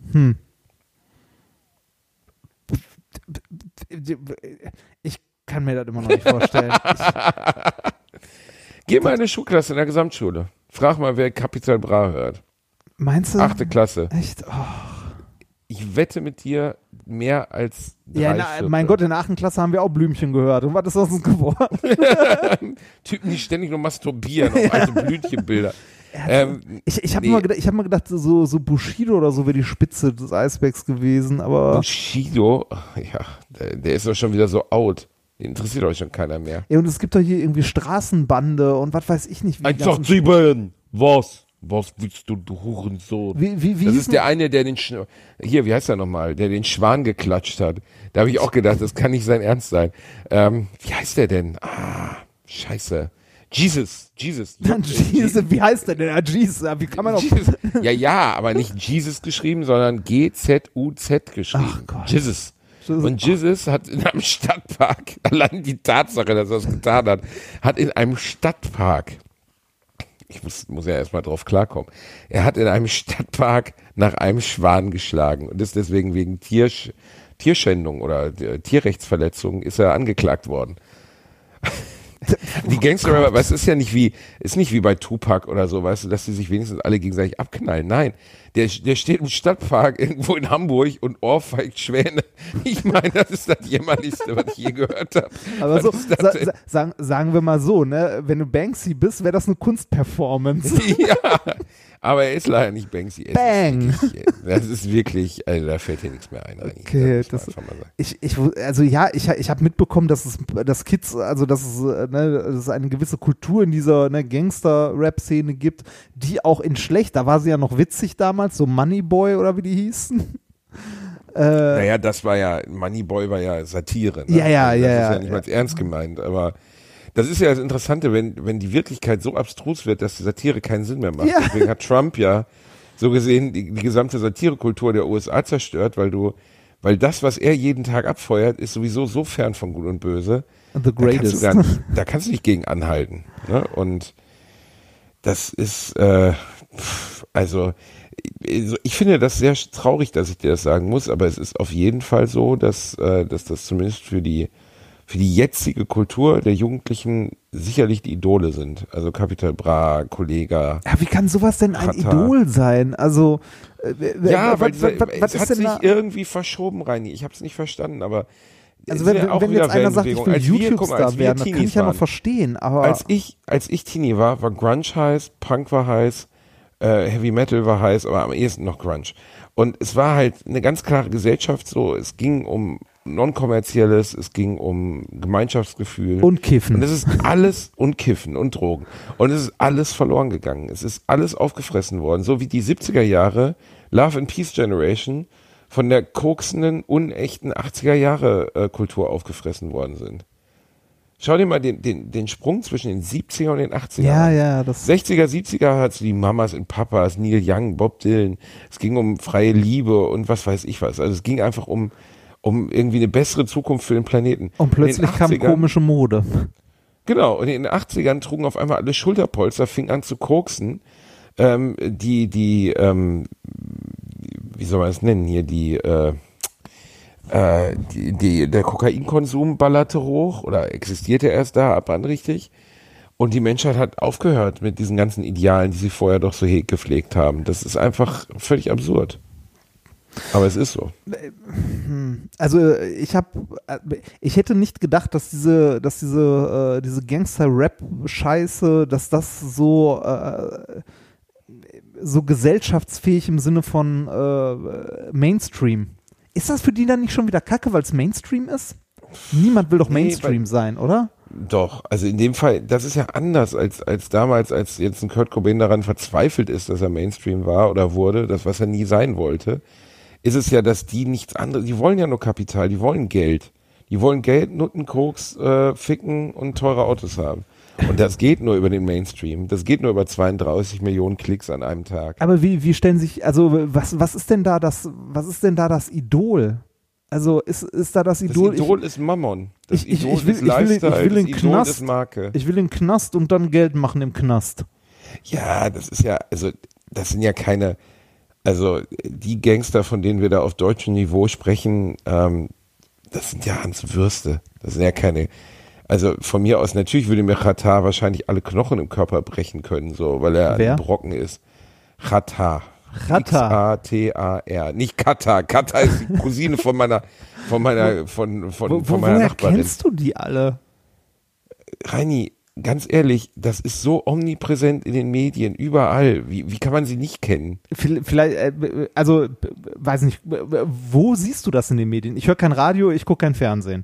Ich kann mir das immer noch nicht vorstellen. Geh mal in eine Schulklasse in der Gesamtschule. Frag mal, wer Capital Bra hört. Meinst du? 8. Klasse. Echt? Oh. ich wette mit dir mehr als 3 Ja, Viertel. mein Gott, in der 8. Klasse haben wir auch Blümchen gehört. Und was ist aus uns geworden? Typen, die ständig nur masturbieren auf alte Blümchenbilder. Ich habe mal gedacht, so Bushido oder so wäre die Spitze des Eisbergs gewesen, aber. Bushido, ja, der ist doch schon wieder so out. Den interessiert euch schon keiner mehr. Ja, und es gibt doch hier irgendwie Straßenbande und was weiß ich nicht. 187, was? Was willst du Hurensohn? Wie Das hieß ist der eine, der wie heißt er nochmal, der den Schwan geklatscht hat. Da habe ich auch gedacht, das kann nicht sein Ernst sein. Wie heißt der denn? Scheiße. Jesus. Jesus, wie heißt der denn? Jesus, wie kann man auch. Jesus. Ja, aber nicht Jesus geschrieben, sondern G-Z-U-Z geschrieben. Ach Gott. Jesus. Und Jesus hat in einem Stadtpark, allein die Tatsache, dass er das getan hat, hat in einem Stadtpark, ich muss ja erstmal drauf klarkommen, er hat in einem Stadtpark nach einem Schwan geschlagen und ist deswegen wegen Tierschändung oder Tierrechtsverletzung ist er angeklagt worden. Die Gangster-Rapper, weißt du, ist nicht wie bei Tupac oder so, weißt du, dass die sich wenigstens alle gegenseitig abknallen. Nein, der steht im Stadtpark irgendwo in Hamburg und ohrfeigt Schwäne. Ich meine, das ist das Jämmerlichste, was ich je gehört habe. Aber so, sagen wir mal so, ne, wenn du Banksy bist, wäre das eine Kunstperformance. Ja, aber er ist leider nicht Banksy. Bang! Das ist wirklich, also da fällt hier nichts mehr ein. Okay, ich habe mitbekommen, dass Kids, also dass es eine gewisse Kultur in dieser Gangster-Rap-Szene gibt, die auch in schlecht, da war sie ja noch witzig damals, so Moneyboy oder wie die hießen. Naja, das war ja, Moneyboy war ja Satire. Ne? Ja. Das ist ja nicht mal ernst gemeint, aber das ist ja das Interessante, wenn die Wirklichkeit so abstrus wird, dass die Satire keinen Sinn mehr macht. Ja. Deswegen hat Trump ja so gesehen die gesamte Satirekultur der USA zerstört, weil das, was er jeden Tag abfeuert, ist sowieso so fern von Gut und Böse. The greatest. Da kannst du nicht gegen anhalten. Ne? Und das ist, also ich finde das sehr traurig, dass ich dir das sagen muss, aber es ist auf jeden Fall so, dass das zumindest für die jetzige Kultur der Jugendlichen sicherlich die Idole sind. Also Capital Bra, Kollega. Ja, wie kann sowas denn ein Idol sein? Also weil was es hat sich irgendwie verschoben, Reini. Ich habe es nicht verstanden, aber also wenn jetzt einer sagt, ich will YouTube-Star werden, das kann ich ja noch verstehen. Aber als ich Teenie war Grunge heiß, Punk war heiß, Heavy Metal war heiß, aber am ehesten noch Grunge. Und es war halt eine ganz klare Gesellschaft so, es ging um Non-Kommerzielles, es ging um Gemeinschaftsgefühl. Und Kiffen. Und es ist alles, und Kiffen und Drogen. Und es ist alles verloren gegangen. Es ist alles aufgefressen worden. So wie die 70er Jahre Love and Peace Generation von der koksenden, unechten 80er Jahre Kultur aufgefressen worden sind. Schau dir mal den Sprung zwischen den 70er und den 80er an. Ja. 60er, 70er hat die Mamas und Papas, Neil Young, Bob Dylan. Es ging um freie Liebe und was weiß ich was. Also es ging einfach um irgendwie eine bessere Zukunft für den Planeten. Und plötzlich kam komische Mode. Genau, und in den 80ern trugen auf einmal alle Schulterpolster, fingen an zu koksen. Wie soll man es nennen hier, der Kokainkonsum ballerte hoch oder existierte erst da, ab wann richtig. Und die Menschheit hat aufgehört mit diesen ganzen Idealen, die sie vorher doch so gepflegt haben. Das ist einfach völlig absurd. Aber es ist so. Also ich hätte nicht gedacht, dass diese Gangster-Rap-Scheiße, dass das so gesellschaftsfähig im Sinne von Mainstream. Ist das für die dann nicht schon wieder Kacke, weil es Mainstream ist? Niemand will doch Mainstream sein, oder? Doch, also in dem Fall, das ist ja anders als damals, als jetzt ein Kurt Cobain daran verzweifelt ist, dass er Mainstream war oder wurde, das, was er nie sein wollte, ist es ja, dass die nichts anderes, die wollen ja nur Kapital, die wollen Geld. Die wollen Geld, Nutten, Koks, ficken und teure Autos haben. Und das geht nur über den Mainstream. Das geht nur über 32 Millionen Klicks an einem Tag. Aber wie stellen sich, also was ist denn da das Idol? Also ist da das Idol? Das Idol ist Mammon. Das ich Idol will, ist Lifestyle, ich will das in Idol Knast, ist Marke. Ich will in den Knast und dann Geld machen im Knast. Ja, das ist ja, also das sind ja keine, also die Gangster, von denen wir da auf deutschem Niveau sprechen, das sind ja Hans Würste. Das sind ja keine, also von mir aus, natürlich würde mir Xatar wahrscheinlich alle Knochen im Körper brechen können, so, weil er ein Brocken ist. Xatar. Ratter. X-A-T-A-R. Nicht Katar. Katar ist die Cousine von meiner Woher Nachbarin. kennst du die alle? Reini, ganz ehrlich, das ist so omnipräsent in den Medien, überall. Wie kann man sie nicht kennen? Vielleicht, also, weiß nicht, wo siehst du das in den Medien? Ich höre kein Radio, ich gucke kein Fernsehen.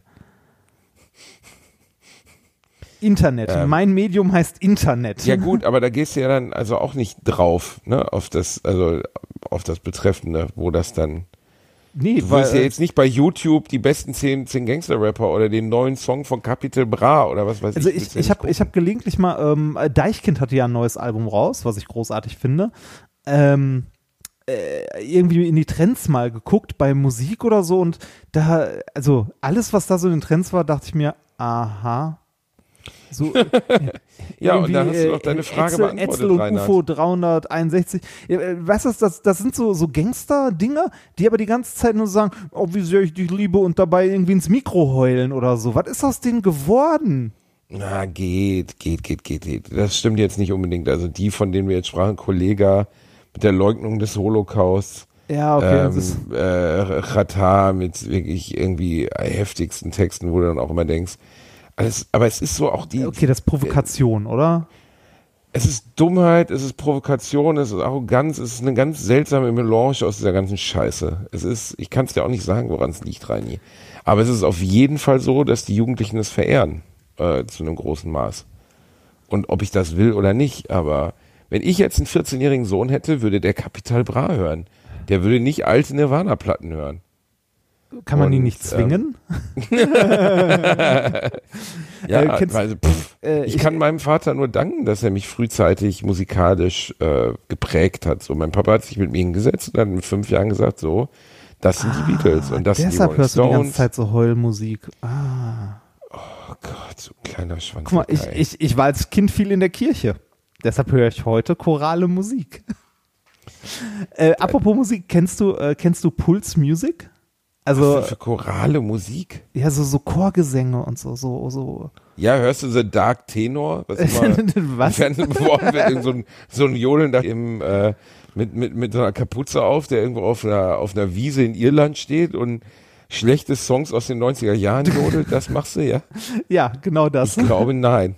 Internet. Mein Medium heißt Internet. Ja gut, aber da gehst du ja dann also auch nicht drauf, ne, auf das Betreffende, wo das dann. Nee, Du willst ja jetzt nicht bei YouTube die besten 10 Gangster-Rapper oder den neuen Song von Capital Bra oder was weiß ich. Also ich habe gelegentlich mal, Deichkind hatte ja ein neues Album raus, was ich großartig finde. Irgendwie in die Trends mal geguckt bei Musik oder so und da, also alles, was da so in den Trends war, dachte ich mir, aha. So, ja, und da hast du auch deine Frage beantwortet, Etzel und Reinhard. UFO 361. Weißt du, das sind so Gangster-Dinger, die aber die ganze Zeit nur sagen, oh, wie sehr ich dich liebe und dabei irgendwie ins Mikro heulen oder so. Was ist aus denen geworden? Na, geht. Das stimmt jetzt nicht unbedingt. Also die, von denen wir jetzt sprachen, Kollega mit der Leugnung des Holocausts, Ja, okay. Chata mit wirklich irgendwie heftigsten Texten, wo du dann auch immer denkst, aber es ist so auch die. Okay, das ist Provokation, oder? Es ist Dummheit, es ist Provokation, es ist Arroganz, es ist eine ganz seltsame Melange aus dieser ganzen Scheiße. Ich kann es dir auch nicht sagen, woran es liegt, Reini. Aber es ist auf jeden Fall so, dass die Jugendlichen es verehren, zu einem großen Maß. Und ob ich das will oder nicht, aber wenn ich jetzt einen 14-jährigen Sohn hätte, würde der Capital Bra hören. Der würde nicht alte Nirvana-Platten hören. Kann man ihn nicht zwingen? Ja, ich kann meinem Vater nur danken, dass er mich frühzeitig musikalisch geprägt hat. So, mein Papa hat sich mit mir hingesetzt und hat mit 5 Jahren gesagt, so, das sind die Beatles und das sind die Rolling Stones. Deshalb hörst du die ganze Zeit so Heulmusik. Oh Gott, so ein kleiner Schwanz. Guck mal, ich war als Kind viel in der Kirche. Deshalb höre ich heute chorale Musik. Apropos Musik, kennst du Pulse Music? Also, was für chorale Musik? Ja, so Chorgesänge und so. Ja, hörst du The Dark Tenor? Was immer im Fernsehen beworben wird, so ein Jodeln da mit so einer Kapuze auf, der irgendwo auf einer Wiese in Irland steht und schlechte Songs aus den 90er Jahren jodelt, das machst du, ja? Ja, genau das. Ich glaube, nein.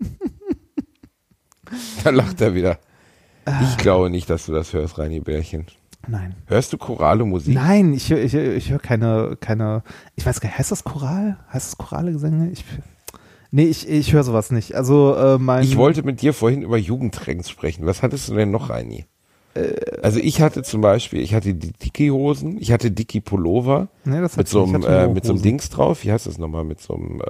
Da lacht er wieder. Ich glaube nicht, dass du das hörst, Reini Bärchen. Nein. Hörst du chorale Musik? Nein, ich höre keine, ich weiß gar nicht, heißt das Choral? Heißt das chorale Gesänge? Ich höre sowas nicht. Also, ich wollte mit dir vorhin über Jugendtrends sprechen. Was hattest du denn noch, Reini? Also ich hatte die Dickie-Hosen, ich hatte Dickie-Pullover mit so einem Dings drauf. Wie heißt das nochmal? Mit so einem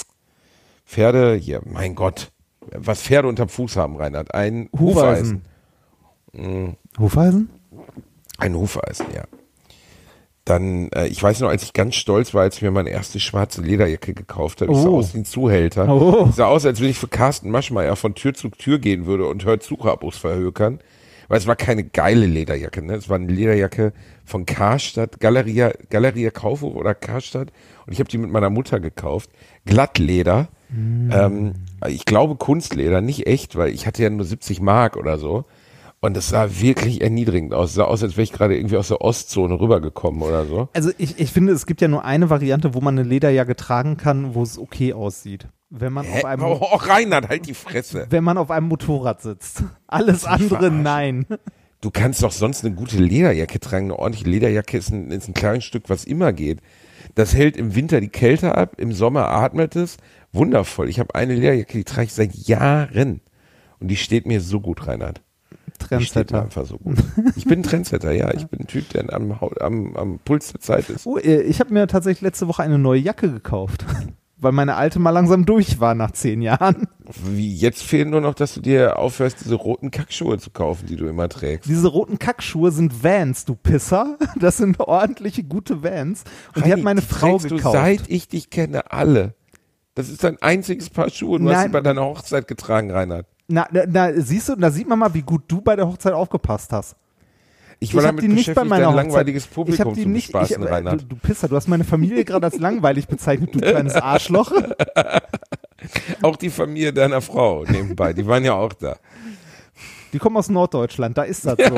mein Gott, was Pferde unterm Fuß haben, Reinhard. Ein Hufeisen. Hufeisen? Ein Hufeisen, ja. Dann, ich weiß noch, als ich ganz stolz war, als ich mir meine erste schwarze Lederjacke gekauft habe, ich sah aus wie ein Zuhälter. Ich sah aus, als wenn ich für Carsten Maschmeyer von Tür zu Tür gehen würde und hört Suchabos verhökern. Weil es war keine geile Lederjacke, ne? Es war eine Lederjacke von Karstadt, Galeria Kaufhof oder Karstadt. Und ich habe die mit meiner Mutter gekauft. Glattleder. Ich glaube Kunstleder, nicht echt, weil ich hatte ja nur 70 Mark oder so. Und es sah wirklich erniedrigend aus. Es sah aus, als wäre ich gerade irgendwie aus der Ostzone rübergekommen oder so. Also ich finde, es gibt ja nur eine Variante, wo man eine Lederjacke tragen kann, wo es okay aussieht. Wenn man auf einem Reinhard, halt die Fresse. Wenn man auf einem Motorrad sitzt. Alles andere nein. Du kannst doch sonst eine gute Lederjacke tragen. Eine ordentliche Lederjacke ist ein kleines Stück, was immer geht. Das hält im Winter die Kälte ab, im Sommer atmet es. Wundervoll. Ich habe eine Lederjacke, die trage ich seit Jahren. Und die steht mir so gut, Reinhard. Trendsetter. Einfach so gut. Ich bin ein Trendsetter, ja. Ich bin ein Typ, der am Puls der Zeit ist. Ich habe mir tatsächlich letzte Woche eine neue Jacke gekauft. Weil meine alte mal langsam durch war nach 10 Jahren. Wie, jetzt fehlt nur noch, dass du dir aufhörst, diese roten Kackschuhe zu kaufen, die du immer trägst. Diese roten Kackschuhe sind Vans, du Pisser. Das sind ordentliche, gute Vans. Und die hat meine Frau gekauft. Du, seit ich dich kenne, alle. Das ist dein einziges Paar Schuhe und du hast sie bei deiner Hochzeit getragen, Reinhard. Na, siehst du, da sieht man mal, wie gut du bei der Hochzeit aufgepasst hast. Ich war damit beschäftigt, dein langweiliges Publikum zu bespaßen, Reinhard. Du Pisser, du hast meine Familie gerade als langweilig bezeichnet, du kleines Arschloch. Auch die Familie deiner Frau nebenbei, die waren ja auch da. Die kommen aus Norddeutschland, da ist das so.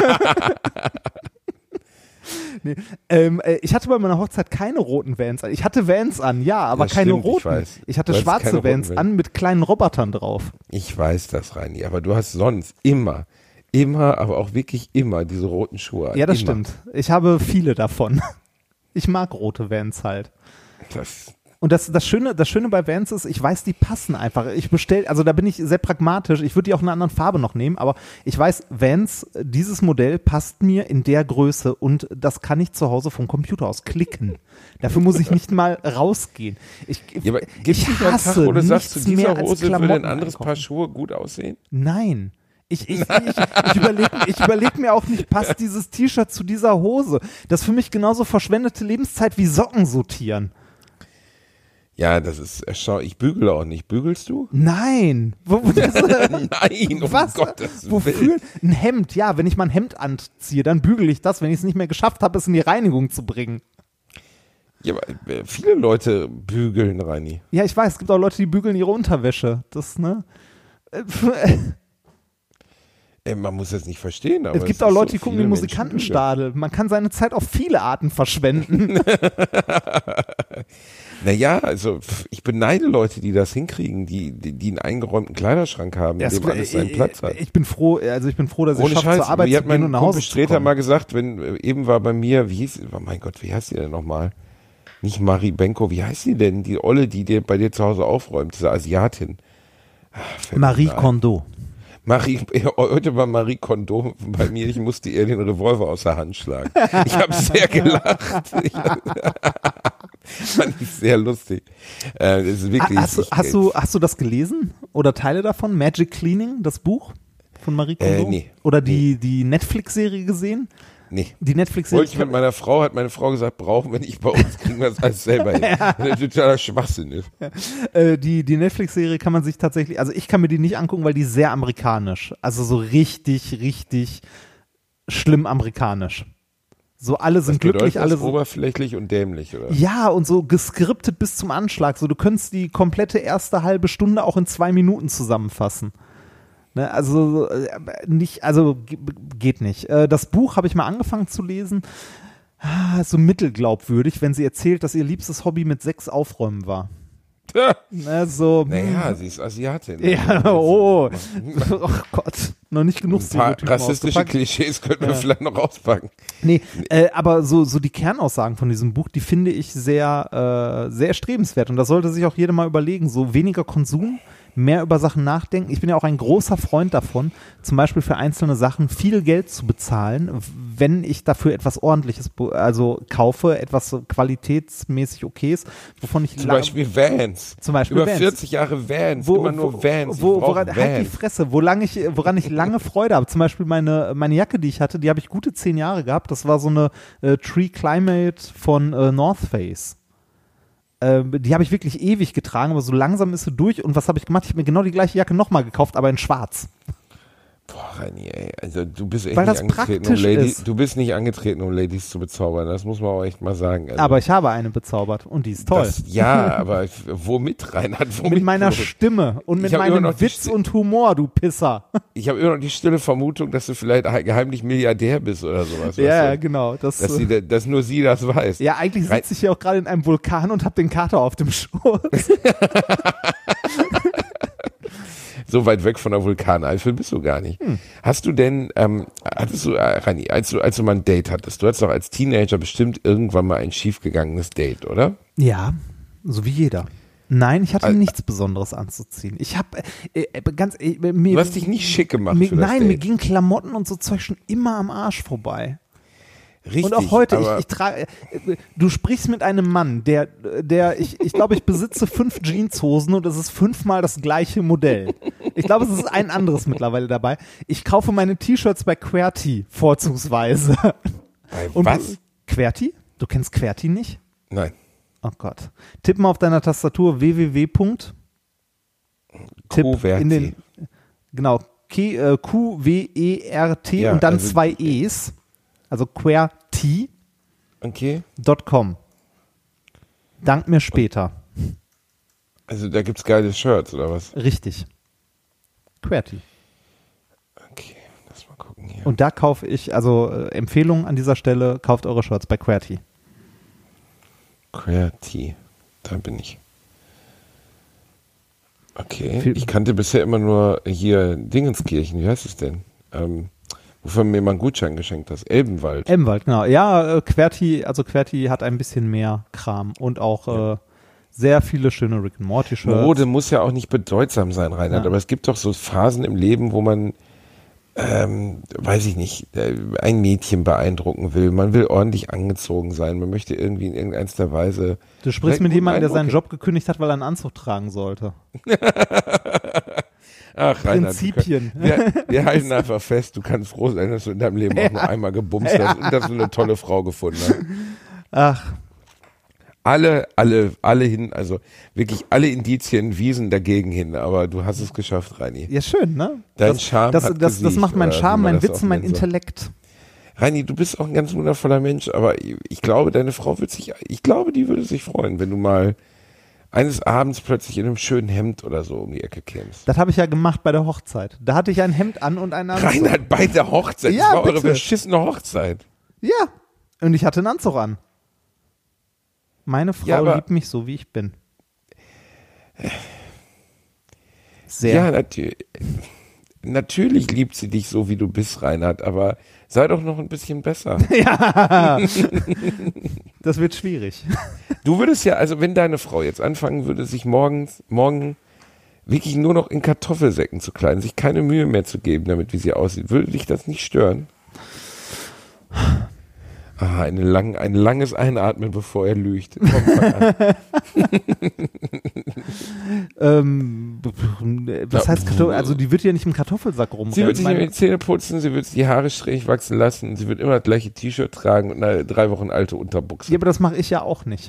Nee. Ich hatte bei meiner Hochzeit keine roten Vans an. Ich hatte Vans an, ja, aber keine stimmt, roten. Ich hatte schwarze Vans an mit kleinen Robotern drauf. Ich weiß das, Reini, aber du hast sonst immer, aber auch wirklich immer diese roten Schuhe an. Ja, das immer. stimmt. Ich habe viele davon. Ich mag rote Vans halt. Und das Schöne bei Vans ist, ich weiß, die passen einfach. Also da bin ich sehr pragmatisch. Ich würde die auch in einer anderen Farbe noch nehmen, aber ich weiß, Vans, dieses Modell passt mir in der Größe und das kann ich zu Hause vom Computer aus klicken. Dafür muss ich nicht mal rausgehen. Aber gibt es einen Tag, wo du sagst, zu dieser Hose würde ein anderes Paar Schuhe gut aussehen? Nein. Ich überleg mir auch nicht, passt dieses T-Shirt zu dieser Hose? Das ist für mich genauso verschwendete Lebenszeit wie Socken sortieren. Ja, das ist erstaunlich. Ich bügele auch nicht. Bügelst du? Nein. Nein, um was? Gottes Wofür? Willen. Ein Hemd, ja. Wenn ich mal ein Hemd anziehe, dann bügele ich das, wenn ich es nicht mehr geschafft habe, es in die Reinigung zu bringen. Ja, aber viele Leute bügeln, Reini. Ja, ich weiß, es gibt auch Leute, die bügeln ihre Unterwäsche. Das, ne? Man muss das nicht verstehen, aber es gibt auch Leute, die gucken den Menschen Musikantenstadel. Man kann seine Zeit auf viele Arten verschwenden. Naja, also ich beneide Leute, die das hinkriegen, die einen eingeräumten Kleiderschrank haben, in dem alles seinen Platz hat. Ich bin froh, dass Ohne ich schaffe, Scheiß, zur Arbeit mir zu hat mein gehen und nach Kumpel Hause zu Streter kommen. mal gesagt, wenn eben war bei mir, wie heißt die denn nochmal? Nicht Marie Benko, wie heißt die denn? Die Olle, die dir bei dir zu Hause aufräumt, diese Asiatin. Marie Kondo. Heute war Marie Kondo bei mir, ich musste ihr den Revolver aus der Hand schlagen. Ich habe sehr gelacht. Fand ich sehr lustig. Das ist wirklich, hast du das gelesen? Oder Teile davon? Magic Cleaning, das Buch von Marie Kondo? Nee. Oder die Netflix-Serie gesehen? Nee. Die Netflix-Serie. Wollte ich mit meiner Frau, hat meine Frau gesagt, brauchen wir nicht bei uns, kriegen wir das alles selber hin. Das totaler Schwachsinn ist. Die Netflix-Serie kann man sich tatsächlich, also ich kann mir die nicht angucken, weil die ist sehr amerikanisch. Also so richtig, richtig schlimm amerikanisch. So alle sind glücklich, alle so oberflächlich und dämlich, oder? Ja, und so geskriptet bis zum Anschlag. So, du könntest die komplette erste halbe Stunde auch in 2 Minuten zusammenfassen. Ne, also geht nicht. Das Buch habe ich mal angefangen zu lesen. So mittelglaubwürdig, wenn sie erzählt, dass ihr liebstes Hobby mit 6 Aufräumen war. Ne, so, naja, sie ist Asiatin. Ja, oh Gott, noch nicht genug Stereotypen rassistische Klischees könnten wir vielleicht noch auspacken. Nee, aber so die Kernaussagen von diesem Buch, die finde ich sehr, sehr erstrebenswert und das sollte sich auch jeder mal überlegen, so weniger Konsum, mehr über Sachen nachdenken. Ich bin ja auch ein großer Freund davon, zum Beispiel für einzelne Sachen viel Geld zu bezahlen, wenn ich dafür etwas Ordentliches kaufe, etwas so qualitätsmäßig okayes, wovon ich zum Beispiel Vans. Über 40 Jahre Vans, immer nur Vans. Halt die Fresse, woran ich lange Freude habe. Zum Beispiel meine Jacke, die ich hatte, die habe ich gute 10 Jahre gehabt. Das war so eine Tree Climate von North Face. Die habe ich wirklich ewig getragen, aber so langsam ist sie durch. Und was habe ich gemacht? Ich habe mir genau die gleiche Jacke nochmal gekauft, aber in schwarz. Boah, Reini, ey. Also du bist echt Weil nicht das angetreten, um Ladies, du bist nicht angetreten, um Ladies zu bezaubern. Das muss man auch echt mal sagen. Also, aber ich habe eine bezaubert und die ist toll. Ja, aber womit, Reinhard? Mit meiner Stimme und mit meinem Witz und Humor, du Pisser. Ich habe immer noch die stille Vermutung, dass du vielleicht heimlich Milliardär bist oder sowas. Ja, genau. Dass nur sie das weiß. Ja, eigentlich sitze ich hier auch gerade in einem Vulkan und habe den Kater auf dem Schoß. So weit weg von der Vulkaneifel bist du gar nicht. Hast du denn, Rani, als du mal ein Date hattest, du hattest doch als Teenager bestimmt irgendwann mal ein schiefgegangenes Date, oder? Ja, so wie jeder. Nein, ich hatte nichts Besonderes anzuziehen. Ich habe du hast dich nicht schick gemacht für das Date. Mir gingen Klamotten und so Zeug schon immer am Arsch vorbei. Richtig, und auch heute, ich trage, du sprichst mit einem Mann, ich glaube, ich besitze 5 Jeanshosen und es ist 5-mal das gleiche Modell. Ich glaube, es ist ein anderes mittlerweile dabei. Ich kaufe meine T-Shirts bei QWERTY vorzugsweise. Bei was? QWERTY? Du kennst QWERTY nicht? Nein. Oh Gott. Tipp mal auf deiner Tastatur QWERTY. Genau, QWERT ja, und dann also 2 E's. Also QWERTY. Okay. .com. Dank mir später. Also da gibt's geile Shirts, oder was? Richtig. QWERTY. Okay. Und da kaufe ich, also Empfehlung an dieser Stelle, kauft eure Shirts bei QWERTY. QWERTY, da bin ich. Okay, ich kannte bisher immer nur hier Dingenskirchen, wie heißt es denn? Wofür mir mal einen Gutschein geschenkt hast. Elbenwald. Elbenwald, genau. Ja, QWERTY hat ein bisschen mehr Kram und auch sehr viele schöne Rick and Morty Shirts. Mode muss ja auch nicht bedeutsam sein, Reinhard, aber es gibt doch so Phasen im Leben, wo man, weiß ich nicht, ein Mädchen beeindrucken will. Man will ordentlich angezogen sein. Man möchte irgendwie in irgendeiner Weise. Du sprichst mit jemandem, der seinen Job gekündigt hat, weil er einen Anzug tragen sollte. Ach, Prinzipien. Reinhard, wir halten einfach fest, du kannst froh sein, dass du in deinem Leben auch nur einmal gebumst hast und dass du eine tolle Frau gefunden hast. Ach. Alle hin, also wirklich alle Indizien wiesen dagegen hin, aber du hast es geschafft, Reini. Ja, schön, ne? Dein Charme hat das gesiegt, macht meinen Charme, mein Witz und mein nennt. Intellekt. Reini, du bist auch ein ganz wundervoller Mensch, aber ich glaube, deine Frau die würde sich freuen, wenn du mal eines Abends plötzlich in einem schönen Hemd oder so um die Ecke kämst. Das habe ich ja gemacht bei der Hochzeit. Da hatte ich ein Hemd an und einen Anzug. Reinhard, bei der Hochzeit? Ja, das war bitte. eure beschissene Hochzeit. Ja, und ich hatte einen Anzug an. Meine Frau liebt mich so, wie ich bin. Sehr. Ja, natürlich liebt sie dich so, wie du bist, Reinhard, aber sei doch noch ein bisschen besser. Ja, das wird schwierig. Du würdest ja, also wenn deine Frau jetzt anfangen würde, sich morgen wirklich nur noch in Kartoffelsäcken zu kleiden, sich keine Mühe mehr zu geben, damit wie sie aussieht, würde dich das nicht stören? Ein langes Einatmen, bevor er lügt. Komm, fang an. Was heißt Kartoffel? Also die wird ja nicht im Kartoffelsack rumrennen. Sie wird sich die Zähne putzen, sie wird sich die Haare strähnig wachsen lassen, sie wird immer das gleiche T-Shirt tragen und eine 3 Wochen alte Unterbuchse. Ja, aber das mache ich ja auch nicht.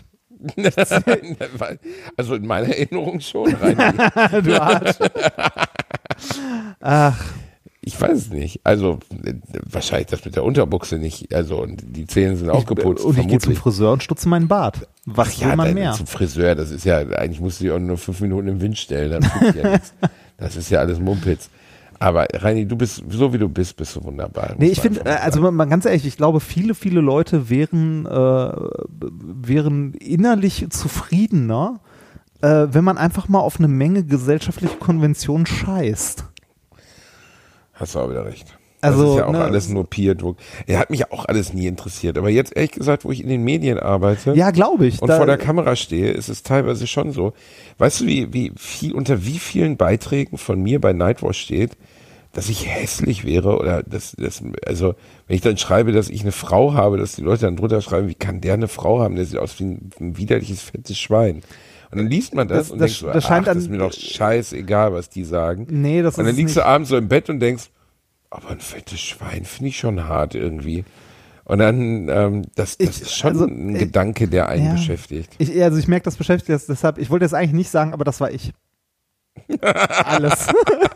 Also in meiner Erinnerung schon, Reini. Du Arsch. Ach. Ich weiß es nicht. Also wahrscheinlich das mit der Unterbuchse nicht. Also und die Zähne sind auch geputzt. Und ich gehe zum Friseur und stutze meinen Bart. Was will man mehr? Zum Friseur, das ist ja, eigentlich musst du dich auch nur 5 Minuten im Wind stellen, dann tut ja nichts. Das ist ja alles Mumpitz. Aber Reini, du bist, so wie du bist du wunderbar. Nee, ich finde, also mal ganz ehrlich, ich glaube, viele Leute wären innerlich zufriedener, wenn man einfach mal auf eine Menge gesellschaftliche Konventionen scheißt. Hast du auch wieder recht. Also, das ist ja auch alles nur Peer-Druck. Er hat mich ja auch alles nie interessiert. Aber jetzt ehrlich gesagt, wo ich in den Medien arbeite ja, glaube ich, und vor der Kamera stehe, ist es teilweise schon so. Weißt du, unter wie vielen Beiträgen von mir bei Nightwatch steht, dass ich hässlich wäre oder also wenn ich dann schreibe, dass ich eine Frau habe, dass die Leute dann drunter schreiben, wie kann der eine Frau haben, der sieht aus wie ein widerliches, fettes Schwein. Und dann liest man das und denkt so, das ist mir doch scheißegal, was die sagen. Nee, das ist und dann liegst nicht. du abends so im Bett und denkst, aber ein fettes Schwein finde ich schon hart irgendwie. Und dann, das ist schon ein Gedanke, der einen beschäftigt. Ich merke, das beschäftigt das, deshalb, ich wollte das eigentlich nicht sagen, aber das war ich. Alles.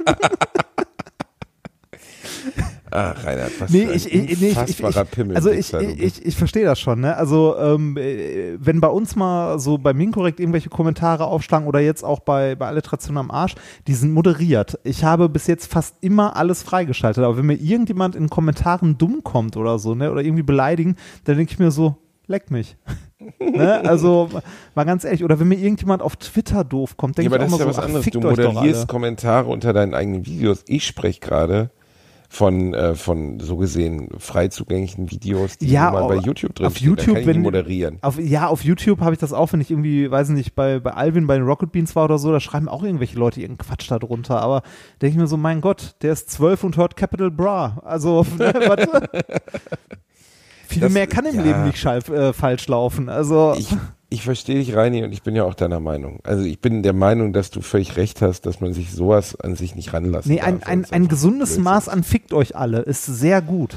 Reinhard, was für ein unfassbarer Pimmel. Also ich verstehe das schon, ne? Also wenn bei uns mal so bei Minkorrekt irgendwelche Kommentare aufschlagen oder jetzt auch bei Alliteration am Arsch, die sind moderiert. Ich habe bis jetzt fast immer alles freigeschaltet, aber wenn mir irgendjemand in Kommentaren dumm kommt oder so, ne? Oder irgendwie beleidigen, dann denke ich mir so, leck mich. Ne? Also mal ganz ehrlich, oder wenn mir irgendjemand auf Twitter doof kommt, denke ich auch mal so, was anderes. Du moderierst Kommentare unter deinen eigenen Videos. Ich spreche gerade von so gesehen frei zugänglichen Videos, die man bei YouTube drin steht. Da kann ich nicht moderieren. Auf YouTube habe ich das auch, wenn ich irgendwie, weiß nicht, bei Alvin, bei den Rocket Beans war oder so, da schreiben auch irgendwelche Leute ihren Quatsch da drunter, aber denke ich mir so, mein Gott, der ist 12 und hört Capital Bra. Also, warte. Viel mehr kann im Leben nicht falsch laufen. Also ich verstehe dich, Reini, und ich bin ja auch deiner Meinung. Also ich bin der Meinung, dass du völlig recht hast, dass man sich sowas an sich nicht ranlassen darf. Nee, ein gesundes Maß an fickt euch alle ist sehr gut.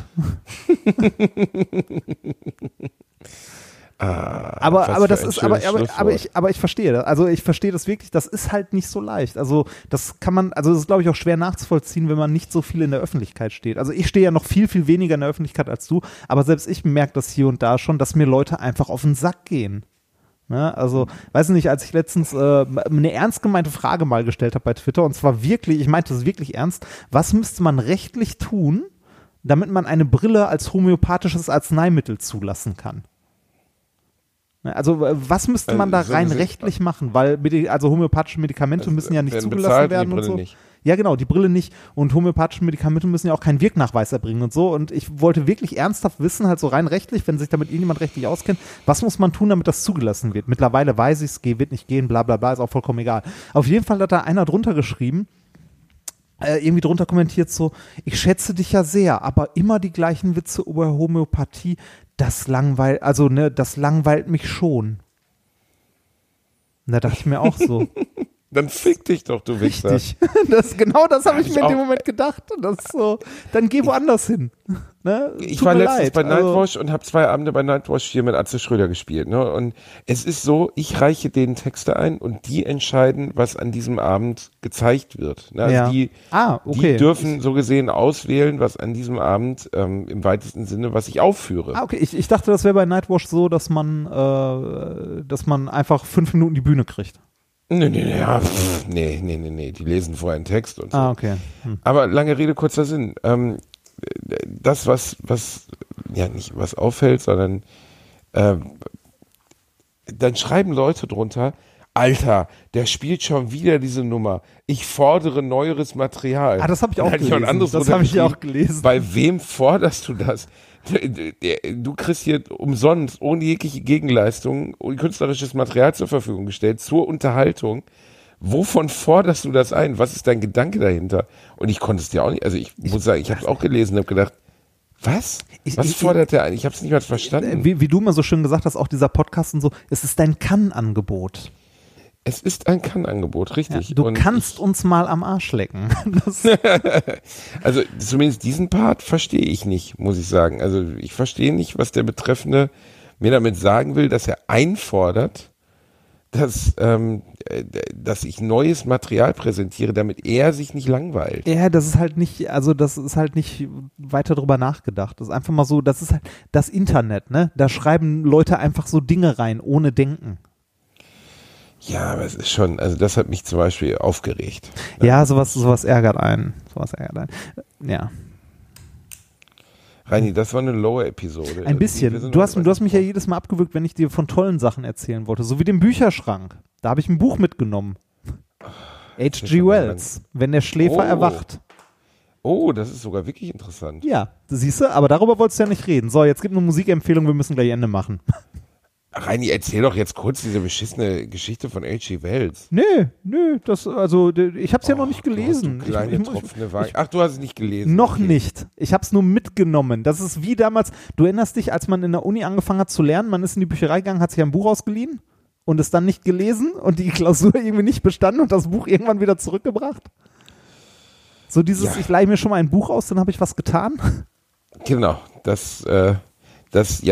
Aber ich verstehe das. Also ich verstehe das wirklich, das ist halt nicht so leicht. Also das ist glaube ich auch schwer nachzuvollziehen, wenn man nicht so viel in der Öffentlichkeit steht. Also ich stehe ja noch viel, viel weniger in der Öffentlichkeit als du, aber selbst ich merke das hier und da schon, dass mir Leute einfach auf den Sack gehen. Ne? Also, weiß nicht, als ich letztens eine ernst gemeinte Frage mal gestellt habe bei Twitter, und zwar wirklich, ich meinte es wirklich ernst, was müsste man rechtlich tun, damit man eine Brille als homöopathisches Arzneimittel zulassen kann. Also was müsste man da so rein gesehen- rechtlich machen? Weil also homöopathische Medikamente müssen ja nicht werden zugelassen bezahlt, werden die und Brille so. nicht. Ja, genau, die Brille nicht. Und homöopathische Medikamente müssen ja auch keinen Wirknachweis erbringen und so. Und ich wollte wirklich ernsthaft wissen, halt so rein rechtlich, wenn sich damit irgendjemand rechtlich auskennt, was muss man tun, damit das zugelassen wird? Mittlerweile weiß ich es, wird nicht gehen, bla bla bla, ist auch vollkommen egal. Auf jeden Fall hat da einer drunter geschrieben, irgendwie drunter kommentiert so, ich schätze dich ja sehr, aber immer die gleichen Witze über Homöopathie, das langweilt mich schon. Und da dachte ich mir auch so, Dann fick dich doch, du Wichser. richtig. Das habe ich Ich mir in dem auch. Moment gedacht. Und das ist so, dann geh woanders hin. Ne? Ich Tut war mir letztens leid. bei Also, Nightwash und habe 2 Abende bei Nightwash 4 mit Atze Schröder gespielt. Ne? Und es ist so, ich reiche denen Texte ein und die entscheiden, was an diesem Abend gezeigt wird. Ne? Also Ja. Okay. Die dürfen so gesehen auswählen, was an diesem Abend im weitesten Sinne, was ich aufführe. Okay. Ich dachte, das wäre bei Nightwash so, dass man einfach 5 Minuten die Bühne kriegt. Nee, die lesen vorher einen Text und so. Okay. Aber lange Rede, kurzer Sinn. Das, was nicht was auffällt, sondern dann schreiben Leute drunter, Alter, der spielt schon wieder diese Nummer. Ich fordere neueres Material. Das habe ich auch Dann hatte gelesen. ein anderes Das habe ich auch gelesen. Bei wem forderst du das? Du kriegst hier umsonst, ohne jegliche Gegenleistung, künstlerisches Material zur Verfügung gestellt, zur Unterhaltung. Wovon forderst du das ein? Was ist dein Gedanke dahinter? Und ich konnte es dir auch nicht, also ich muss sagen, ich habe es auch gelesen und habe gedacht, was? Was fordert der ein? Ich habe es nicht mal verstanden. Wie du mal so schön gesagt hast, auch dieser Podcast und so, es ist ein Kann-Angebot. Es ist ein Kann-Angebot, richtig. Ja, du Und kannst uns mal am Arsch lecken. also zumindest diesen Part verstehe ich nicht, muss ich sagen. Also ich verstehe nicht, was der Betreffende mir damit sagen will, dass er einfordert, dass ich neues Material präsentiere, damit er sich nicht langweilt. Ja, das ist halt nicht weiter drüber nachgedacht. Das ist einfach mal so, das ist halt das Internet, ne? Da schreiben Leute einfach so Dinge rein, ohne Denken. Ja, aber es ist schon, also das hat mich zum Beispiel aufgeregt. Ja, sowas ärgert einen. Ja. Reini, das war eine Lower-Episode. Ein bisschen. Du hast mich ja jedes Mal abgewürgt, wenn ich dir von tollen Sachen erzählen wollte. So wie dem Bücherschrank. Da habe ich ein Buch mitgenommen. H.G. Wells. Wenn der Schläfer erwacht. Oh, das ist sogar wirklich interessant. Ja, siehst du, aber darüber wolltest du ja nicht reden. So, jetzt gibt eine Musikempfehlung, wir müssen gleich Ende machen. Reini, erzähl doch jetzt kurz diese beschissene Geschichte von H.G. Wells. Nö, ich hab's ja noch nicht gelesen. Du kleine tropfende Waage. Ach, du hast es nicht gelesen. Noch Okay. nicht. Ich hab's nur mitgenommen. Das ist wie damals, du erinnerst dich, als man in der Uni angefangen hat zu lernen, man ist in die Bücherei gegangen, hat sich ein Buch ausgeliehen und es dann nicht gelesen und die Klausur irgendwie nicht bestanden und das Buch irgendwann wieder zurückgebracht? So dieses, ich leihe mir schon mal ein Buch aus, dann habe ich was getan. Genau, das ist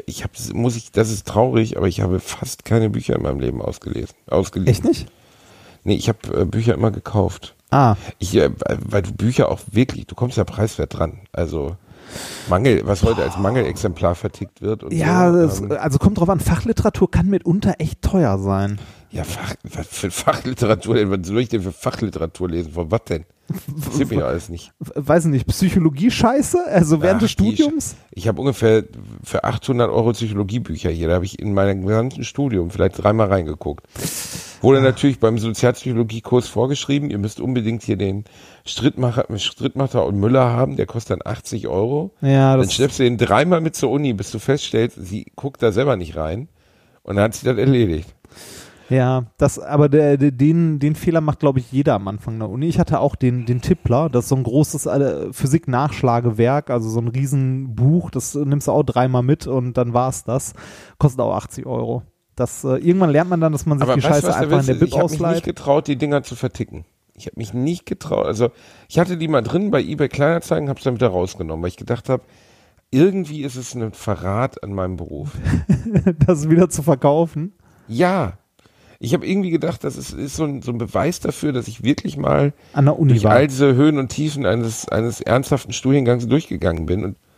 traurig, aber ich habe fast keine Bücher in meinem Leben ausgeliehen. Echt nicht? Nee, ich habe Bücher immer gekauft. Weil du Bücher auch wirklich, du kommst ja preiswert dran. Also was heute als Mangelexemplar vertickt wird. Und ja, so, also kommt drauf an, Fachliteratur kann mitunter echt teuer sein. Ja, was für Fachliteratur denn? Was soll ich denn für Fachliteratur lesen? Von was denn? Das sieht mich alles nicht. Weiß ich nicht, Psychologie-Scheiße? Also während des Studiums? Ich habe ungefähr für 800 € Psychologiebücher hier. Da habe ich in meinem gesamten Studium vielleicht 3-mal reingeguckt. Wurde natürlich beim Sozialpsychologiekurs vorgeschrieben, ihr müsst unbedingt hier den Strittmacher und Müller haben, der kostet dann 80 €. Ja, dann schleppst du den 3-mal mit zur Uni, bis du feststellst, sie guckt da selber nicht rein. Und dann hat sie das erledigt. Ja, aber den Fehler macht, glaube ich, jeder am Anfang der Uni. Ich hatte auch den Tippler, das ist so ein großes Physik-Nachschlagewerk, also so ein Riesenbuch, das nimmst du auch 3-mal mit und dann war's das. Kostet auch 80 €. Irgendwann lernt man dann, dass man sich die Scheiße einfach in der Bib ausleiht. Ich habe mich ausleiht. nicht getraut, die Dinger zu verticken. Ich habe mich nicht getraut. Also ich hatte die mal drin bei eBay Kleinanzeigen, habe es dann wieder rausgenommen, weil ich gedacht habe, irgendwie ist es ein Verrat an meinem Beruf. Das wieder zu verkaufen? Ja. Ich habe irgendwie gedacht, das ist so ein Beweis dafür, dass ich wirklich mal an der Uni durch all diese Höhen und Tiefen eines ernsthaften Studiengangs durchgegangen bin. Und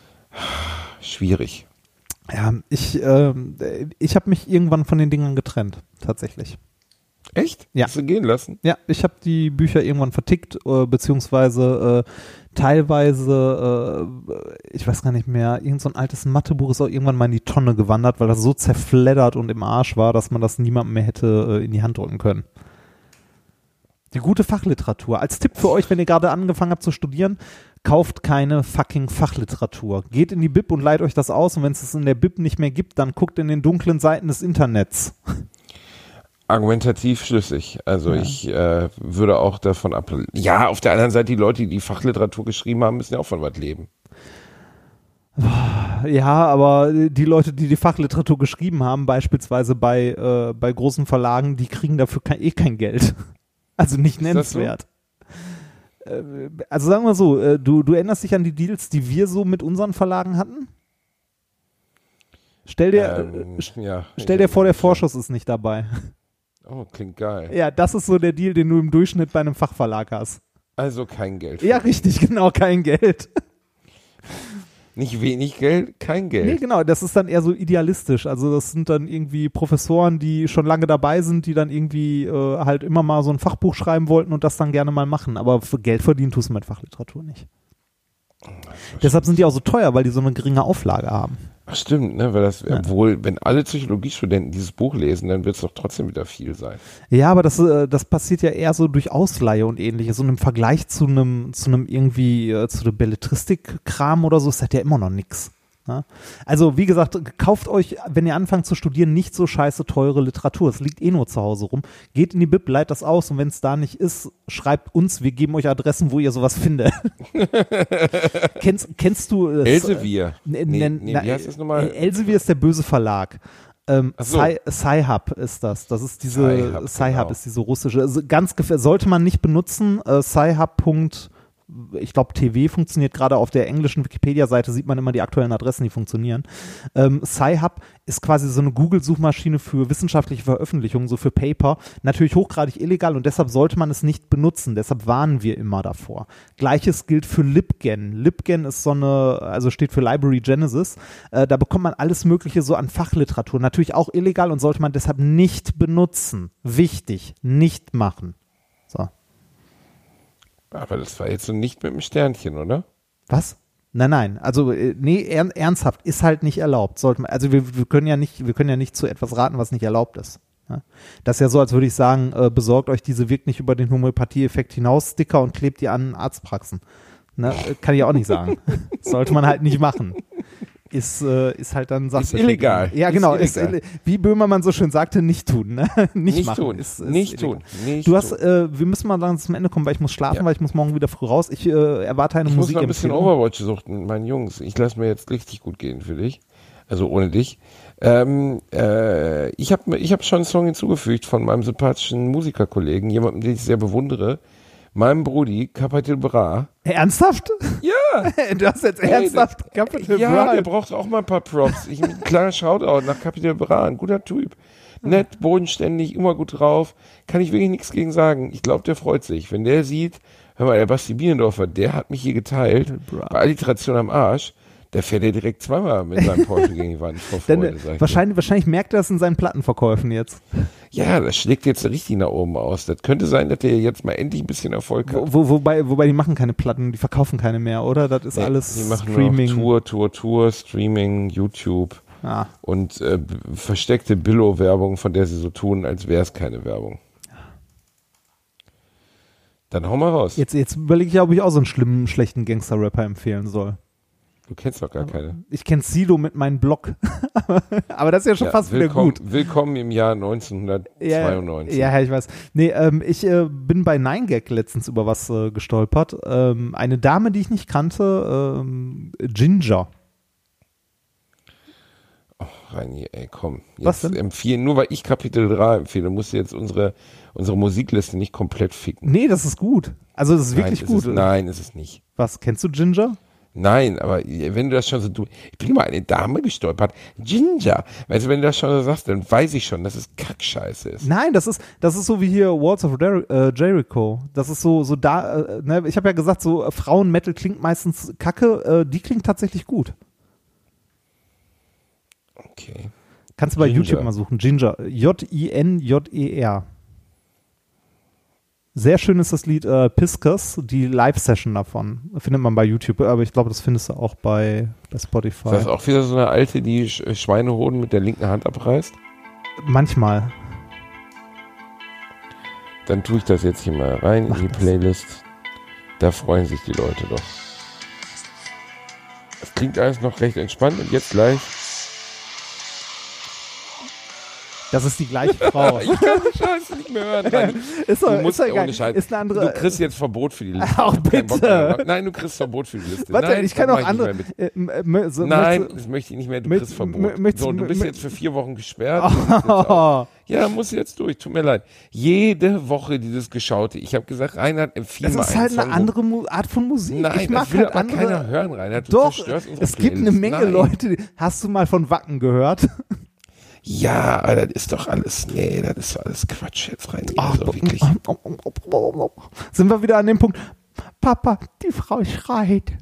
schwierig. Ja, ich habe mich irgendwann von den Dingern getrennt, tatsächlich. Echt? Ja. Hast du gehen lassen? Ja, ich habe die Bücher irgendwann vertickt, beziehungsweise teilweise, ich weiß gar nicht mehr, irgend so ein altes Mathebuch ist auch irgendwann mal in die Tonne gewandert, weil das so zerfleddert und im Arsch war, dass man das niemandem mehr hätte in die Hand drücken können. Die gute Fachliteratur. Als Tipp für euch, wenn ihr gerade angefangen habt zu studieren, kauft keine fucking Fachliteratur. Geht in die Bib und leiht euch das aus und wenn es in der Bib nicht mehr gibt, dann guckt in den dunklen Seiten des Internets. Argumentativ schlüssig. Also ich würde auch davon ab. Ja, auf der anderen Seite, die Leute, die Fachliteratur geschrieben haben, müssen ja auch von was leben. Ja, aber die Leute, die Fachliteratur geschrieben haben, beispielsweise bei großen Verlagen, die kriegen dafür kein Geld. Also nicht nennenswert. So? Also sagen wir so, du erinnerst dich an die Deals, die wir so mit unseren Verlagen hatten? Stell dir vor, der Vorschuss ist nicht dabei. Oh, klingt geil. Ja, das ist so der Deal, den du im Durchschnitt bei einem Fachverlag hast. Also kein Geld. Ja, richtig, genau, kein Geld. Nicht wenig Geld, kein Geld. Nee, genau, das ist dann eher so idealistisch. Also das sind dann irgendwie Professoren, die schon lange dabei sind, die dann irgendwie halt immer mal so ein Fachbuch schreiben wollten und das dann gerne mal machen. Aber für Geld verdienen tust du mit Fachliteratur nicht. Deshalb sind die auch so teuer, weil die so eine geringe Auflage haben. Ach stimmt, ne? Weil das, obwohl, wenn alle Psychologiestudenten dieses Buch lesen, dann wird es doch trotzdem wieder viel sein. Ja, aber das passiert ja eher so durch Ausleihe und ähnliches. Und im Vergleich zu einem irgendwie, zu dem Belletristik-Kram oder so, ist das ja immer noch nix. Ja? Also, wie gesagt, kauft euch, wenn ihr anfangt zu studieren, nicht so scheiße teure Literatur. Es liegt eh nur zu Hause rum. Geht in die Bib, leiht das aus und wenn es da nicht ist, schreibt uns, wir geben euch Adressen, wo ihr sowas findet. Kennst du Elsevier? Wie heißt das nochmal? Elsevier ist der böse Verlag. Sci-Hub ist das. Das ist diese Sci-Hub ist diese russische. Also ganz sollte man nicht benutzen. Sci-Hub. Ich glaube, TV funktioniert gerade auf der englischen Wikipedia-Seite, sieht man immer die aktuellen Adressen, die funktionieren. Sci-Hub ist quasi so eine Google-Suchmaschine für wissenschaftliche Veröffentlichungen, so für Paper. Natürlich hochgradig illegal und deshalb sollte man es nicht benutzen. Deshalb warnen wir immer davor. Gleiches gilt für LibGen. LibGen ist also steht für Library Genesis. Da bekommt man alles Mögliche so an Fachliteratur. Natürlich auch illegal und sollte man deshalb nicht benutzen. Wichtig, nicht machen. So. Aber das war jetzt so nicht mit dem Sternchen, oder? Was? Nein. Also, ernsthaft, ist halt nicht erlaubt. Sollte man, also wir können ja nicht zu etwas raten, was nicht erlaubt ist. Ja? Das ist ja so, als würde ich sagen, besorgt euch diese wirkt nicht über den Homöopathie-Effekt hinaus Sticker und klebt die an Arztpraxen. Ne? Kann ich auch nicht sagen. Sollte man halt nicht machen. Ist halt dann Ist illegal. Ja, genau. Wie Böhmermann so schön sagte, nicht tun. Ne? Nicht machen. Nicht tun. Wir müssen mal langsam zum Ende kommen, weil ich muss schlafen, weil ich muss morgen wieder früh raus. Ich erwarte eine Musik. Ich muss mal ein bisschen Overwatch suchten mit meinen Jungs. Ich lasse mir jetzt richtig gut gehen für dich. Also ohne dich. Ich hab schon einen Song hinzugefügt von meinem sympathischen Musikerkollegen, jemandem, den ich sehr bewundere. Meinem Brudi, Capital Bra. Ernsthaft? Ja. Du hast jetzt ernsthaft Capital Bra? Ja, der braucht auch mal ein paar Props. Ein kleiner Shoutout nach Capital Bra. Ein guter Typ. Nett, bodenständig, immer gut drauf. Kann ich wirklich nichts gegen sagen. Ich glaube, der freut sich. Wenn der sieht, hör mal, der Basti Bienendorfer, der hat mich hier geteilt. Bei Alliteration am Arsch. Da fährt er direkt zweimal mit seinem Porsche gegen die Wand vor Freude. Wahrscheinlich merkt er das in seinen Plattenverkäufen jetzt. Ja, das schlägt jetzt richtig nach oben aus. Das könnte sein, dass der jetzt mal endlich ein bisschen Erfolg hat. Wobei die machen keine Platten, die verkaufen keine mehr, oder? Das ist alles die machen Streaming. Nur Tour, Streaming, YouTube und versteckte Billo-Werbung, von der sie so tun, als wäre es keine Werbung. Dann hau mal raus. Jetzt überlege ich, ob ich auch so einen schlechten Gangster-Rapper empfehlen soll. Du kennst doch gar keine. Ich kenn Sido mit meinem Blog. Aber das ist ja schon fast wieder gut. Willkommen im Jahr 1992. Ja, ich weiß. Nee, ich bin bei 9gag letztens über was gestolpert. Eine Dame, die ich nicht kannte, Ginger. Oh, Reini, ey, komm. Jetzt was denn? Empfehlen, nur weil ich Kapitel 3 empfehle, musst du jetzt unsere Musikliste nicht komplett ficken. Nee, das ist gut. Also das ist wirklich gut. Nein, ist es nicht. Was, kennst du Ginger? Nein, aber wenn du das schon so ich bin über eine Dame gestolpert, Ginger. Weißt du, wenn du das schon so sagst, dann weiß ich schon, dass es Kackscheiße ist. Nein, das ist so wie hier Walls of Jericho. Das ist so da, ne? Ich habe ja gesagt, so Frauenmetal klingt meistens kacke, die klingt tatsächlich gut. Okay. Kannst du bei YouTube mal suchen, Ginger, Jinjer. Sehr schön ist das Lied Piscus, die Live-Session davon. Findet man bei YouTube, aber ich glaube, das findest du auch bei Spotify. Ist das auch wieder so eine Alte, die Schweinehoden mit der linken Hand abreißt? Manchmal. Dann tue ich das jetzt hier mal rein in die Playlist. Da freuen sich die Leute doch. Das klingt alles noch recht entspannt und jetzt gleich. Das ist die gleiche Frau. Ich kann die Scheiße nicht mehr hören. Nein, ist du musst doch ohne Scheiß. Ist eine andere. Du kriegst jetzt Verbot für die Liste. Auch Kein Bock bitte. mehr. Nein, du kriegst Verbot für die Liste. Warte, Nein, ich kann das auch mach andere. Nein, das möchte ich nicht mehr. Du kriegst Verbot. So, du bist jetzt für 4 Wochen gesperrt. Ja, muss jetzt durch. Tut mir leid. Jede Woche dieses Geschaute. Ich habe gesagt, Reinhard, empfiehl mal Das ist halt einen eine Song, andere Art von Musik. Nein, ich mag das will halt aber andere. keiner hören, Reinhard. Du Doch, zerstörst unsere es gibt eine Playlist. Menge Nein. Leute. Hast du mal von Wacken gehört? Ja, aber das ist doch alles, nee, das ist alles Quatsch jetzt rein. Also wirklich. Sind wir wieder an dem Punkt. Papa, die Frau schreit.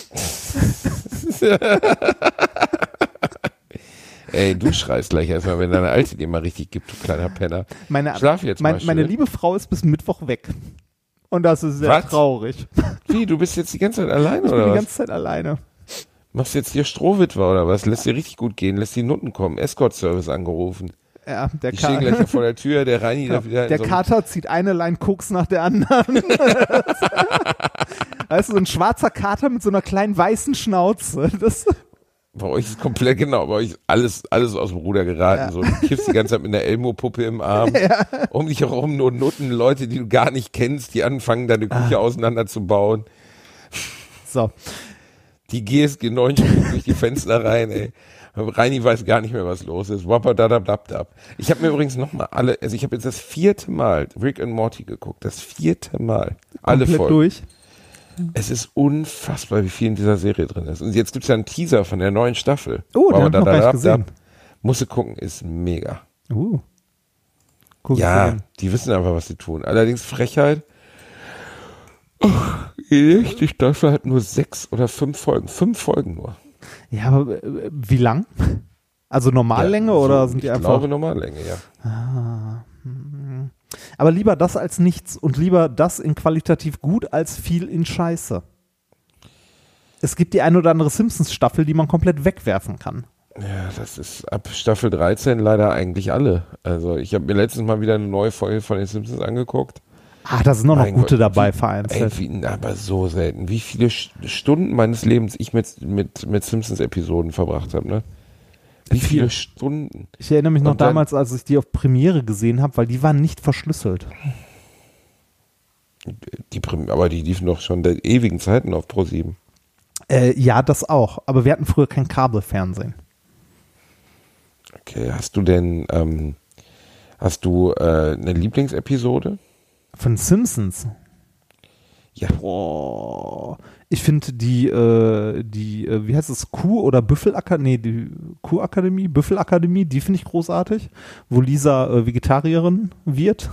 Ey, du schreist gleich erstmal, wenn deine Alte dir mal richtig gibt, du kleiner Penner. Schlaf jetzt mal schön. Meine liebe Frau ist bis Mittwoch weg. Und das ist sehr Was? traurig. Wie, du bist jetzt die ganze Zeit alleine, Ich bin oder die was? ganze Zeit alleine. Machst du jetzt hier Strohwitwer, oder was? Lässt dir richtig gut gehen, lässt die Nutten kommen. Escort-Service angerufen. Ja, der Die stehen gleich vor der Tür, der Reini da wieder in Der so einem- Kater zieht eine Line Koks nach der anderen. Weißt du, so ein schwarzer Kater mit so einer kleinen weißen Schnauze. Das, Bei euch ist komplett genau, bei euch ist alles aus dem Ruder geraten. Ja. So, du kiffst die ganze Zeit mit einer Elmo-Puppe im Arm. Um dich herum nur Nutten, Leute, die du gar nicht kennst, die anfangen, deine Küche auseinanderzubauen. so. Die GSG 9 springt durch die Fenster rein, ey. Reini weiß gar nicht mehr, was los ist. Wappadadabdabdab. Ich habe mir übrigens nochmal also ich habe jetzt das 4. Mal Rick and Morty geguckt. Das 4. Mal. Alle Komplett Folgen. durch. Es ist unfassbar, wie viel in dieser Serie drin ist. Und jetzt gibt's ja einen Teaser von der neuen Staffel. Oh, den hab ich noch gar nicht gesehen. Musst du gucken, ist mega. Cool Ja, gesehen. die wissen einfach, was sie tun. Allerdings Frechheit. Die nächste Staffel hat nur 6 oder 5 Folgen. 5 Folgen nur. Ja, aber wie lang? Also Normallänge oder sind die Ich einfach... glaube Normallänge, ja. Aber lieber das als nichts und lieber das in qualitativ gut als viel in Scheiße. Es gibt die ein oder andere Simpsons-Staffel, die man komplett wegwerfen kann. Ja, das ist ab Staffel 13 leider eigentlich alle. Also ich habe mir letztens mal wieder eine neue Folge von den Simpsons angeguckt. Ah, da sind auch noch Mein gute Gott, dabei vereinzelt. Aber so selten. Wie viele Stunden meines Lebens ich mit Simpsons-Episoden verbracht habe, ne? Wie viele Stunden? Ich erinnere mich noch Und dann- damals, als ich die auf Premiere gesehen habe, weil die waren nicht verschlüsselt. Aber die liefen doch schon der ewigen Zeiten auf Pro7. Ja, das auch. Aber wir hatten früher kein Kabelfernsehen. Okay, hast du denn, eine Lieblingsepisode? Von Simpsons. Ja. Boah. Ich finde die, wie heißt es, Kuh- oder Büffelakademie? Nee, die Kuhakademie, Büffelakademie, die finde ich großartig. Wo Lisa Vegetarierin wird.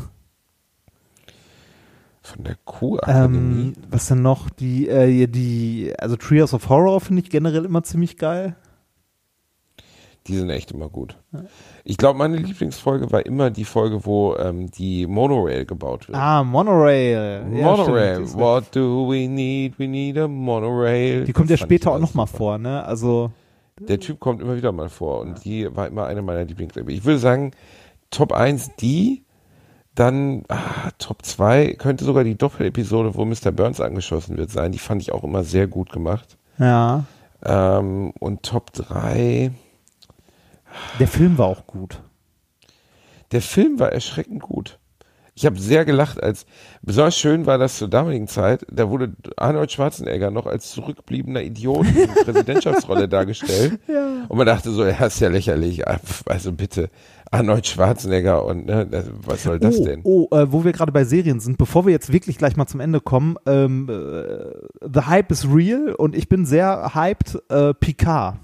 Von der Kuhakademie? Was denn noch? Also Trios of Horror finde ich generell immer ziemlich geil. Die sind echt immer gut. Ich glaube, meine Lieblingsfolge war immer die Folge, wo die Monorail gebaut wird. Ah, Monorail. Monorail. Ja, stimmt. What do we need? We need a Monorail. Die kommt ja Das fand ich später auch immer noch mal super. vor, ne? Also, Der Typ kommt immer wieder mal vor und die war immer eine meiner Lieblingsepisoden. Ich würde sagen, Top 1 die, dann Top 2 könnte sogar die Doppelepisode, wo Mr. Burns angeschossen wird, sein. Die fand ich auch immer sehr gut gemacht. ja. Und Top 3, Der Film war auch gut. der Film war erschreckend gut. Ich habe sehr gelacht, besonders schön war das zur damaligen Zeit, da wurde Arnold Schwarzenegger noch als zurückbliebender Idiot in der Präsidentschaftsrolle dargestellt. Ja. Und man dachte so, er ist ja lächerlich. Also bitte, Arnold Schwarzenegger und was soll das denn? Wo wir gerade bei Serien sind, bevor wir jetzt wirklich gleich mal zum Ende kommen, The Hype is real und ich bin sehr hyped, Picard.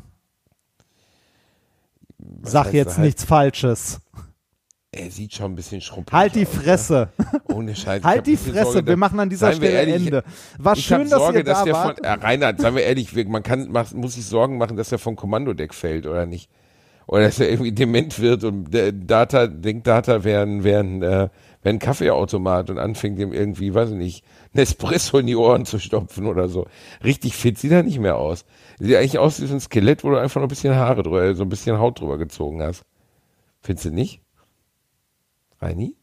Sag heißt jetzt The Hype? nichts Falsches. Er sieht schon ein bisschen schrumpelig Halt die aus, Fresse. Ne? Ohne Scheiß. Ich Halt hab die ein bisschen Fresse. Sorge, Wir machen an dieser seien wir Stelle ehrlich, Ende. War Ich schön, habe dass Sorge, ihr dass da der wart. von Reinhard, seien wir ehrlich, muss sich Sorgen machen, dass er vom Kommandodeck fällt oder nicht. Oder dass er irgendwie dement wird und Data wäre wenn ein Kaffeeautomat und anfängt dem irgendwie, weiß ich nicht, Nespresso in die Ohren zu stopfen oder so. Richtig fit sieht er nicht mehr aus. Sieht eigentlich aus wie so ein Skelett, wo du einfach noch ein bisschen Haare drüber, so ein bisschen Haut drüber gezogen hast. Findest du nicht? Reini?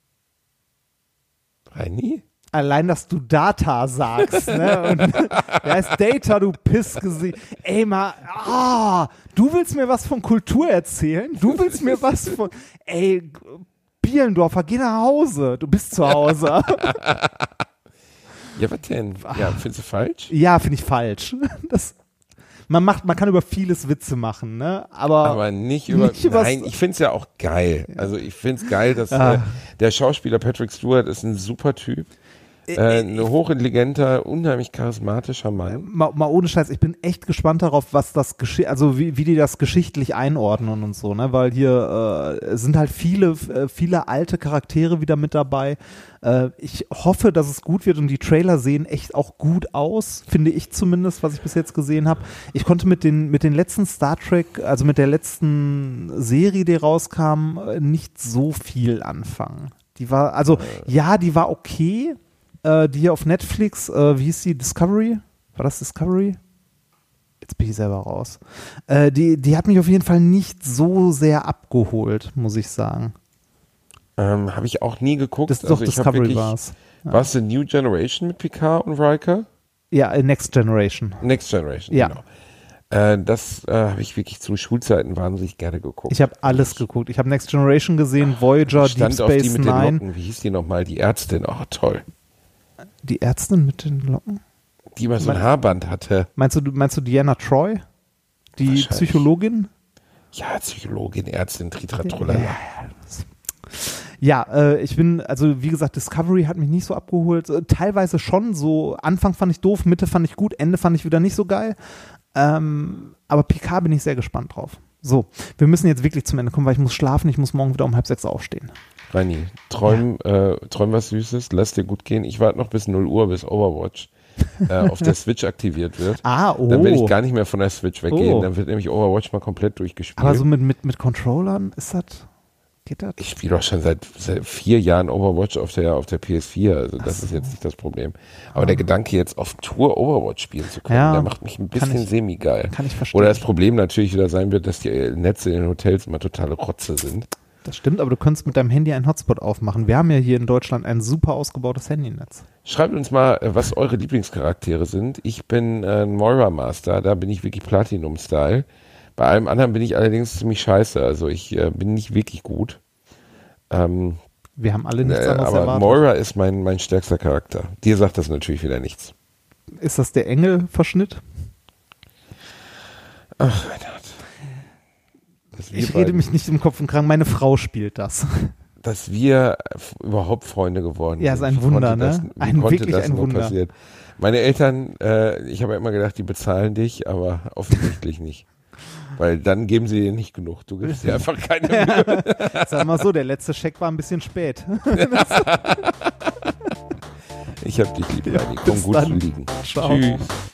Allein, dass du Data sagst, ne? Und der heißt Data, du Pissgesicht. Ey, du willst mir was von Kultur erzählen? Du willst mir was von, ey, Bielendorfer, geh nach Hause. Du bist zu Hause. Ja, was denn? Ja, findest du falsch? Ja, finde ich falsch. Man kann über vieles Witze machen, ne? Aber nicht über, nein, ich find's ja auch geil. Also ich find's geil, dass der Schauspieler Patrick Stewart ist ein super Typ. Ein hochintelligenter, unheimlich charismatischer Mann. Mal ohne Scheiß, ich bin echt gespannt darauf, was das also wie die das geschichtlich einordnen und so, ne? Weil hier sind halt viele alte Charaktere wieder mit dabei. Ich hoffe, dass es gut wird und die Trailer sehen echt auch gut aus, finde ich zumindest, was ich bis jetzt gesehen habe. Ich konnte mit den letzten Star Trek, also mit der letzten Serie, die rauskam, nicht so viel anfangen. Die war okay. Die hier auf Netflix, wie hieß die? Discovery? War das Discovery? Jetzt bin ich selber raus. Die hat mich auf jeden Fall nicht so sehr abgeholt, muss ich sagen. Habe ich auch nie geguckt. Doch, Discovery war es. War es The New Generation mit Picard und Riker? Ja, Next Generation. Next Generation, ja. Genau. Das habe ich wirklich zu Schulzeiten wahnsinnig gerne geguckt. Ich habe alles geguckt. Ich habe Next Generation gesehen, Voyager, Deep Space auf die mit Nine. Den Locken. Wie hieß die nochmal? Die Ärztin. Oh, toll. Die Ärztin mit den Locken? Die mal so ein Haarband hatte. Meinst du Diana Troy? Die Psychologin? Ja, Psychologin, Ärztin, Tritratrollala. Ja, ich bin, also wie gesagt, Discovery hat mich nicht so abgeholt. Teilweise schon so, Anfang fand ich doof, Mitte fand ich gut, Ende fand ich wieder nicht so geil. Aber Picard bin ich sehr gespannt drauf. So, wir müssen jetzt wirklich zum Ende kommen, weil ich muss schlafen, ich muss morgen wieder um 5:30 aufstehen. Reini, träum was Süßes, lass dir gut gehen. Ich warte noch bis 0 Uhr, bis Overwatch auf der Switch aktiviert wird. Dann werde ich gar nicht mehr von der Switch weggehen. Dann wird nämlich Overwatch mal komplett durchgespielt. Aber so mit Controllern geht das? Ich spiele doch schon seit 4 Jahren Overwatch auf der PS4, also das ist jetzt nicht das Problem. Aber der Gedanke, jetzt auf Tour Overwatch spielen zu können, der macht mich ein bisschen semi-geil. Kann ich verstehen. Oder das Problem natürlich wieder sein wird, dass die Netze in den Hotels immer totale Rotze sind. Das stimmt, aber du könntest mit deinem Handy einen Hotspot aufmachen. Wir haben ja hier in Deutschland ein super ausgebautes Handynetz. Schreibt uns mal, was eure Lieblingscharaktere sind. Ich bin ein Moira Master, da bin ich wirklich Platinum-Style. Bei allem anderen bin ich allerdings ziemlich scheiße, also ich bin nicht wirklich gut. Wir haben alle nichts anderes aber erwartet. Moira ist mein stärkster Charakter. Dir sagt das natürlich wieder nichts. Ist das der Engel-Verschnitt? Ach, Reinhard. Ich rede mich nicht im Kopf und Kragen, meine Frau spielt das. Dass wir überhaupt Freunde geworden sind. Ja, ist ein Wunder, ne? Wirklich ein Wunder. Passiert? Meine Eltern, ich habe ja immer gedacht, die bezahlen dich, aber offensichtlich nicht. Weil dann geben sie dir nicht genug. Du gibst dir einfach keine Mühe. Sag mal so, der letzte Scheck war ein bisschen spät. Ich hab dich lieb, Reini. Komm gut zu liegen. Ciao. Tschüss.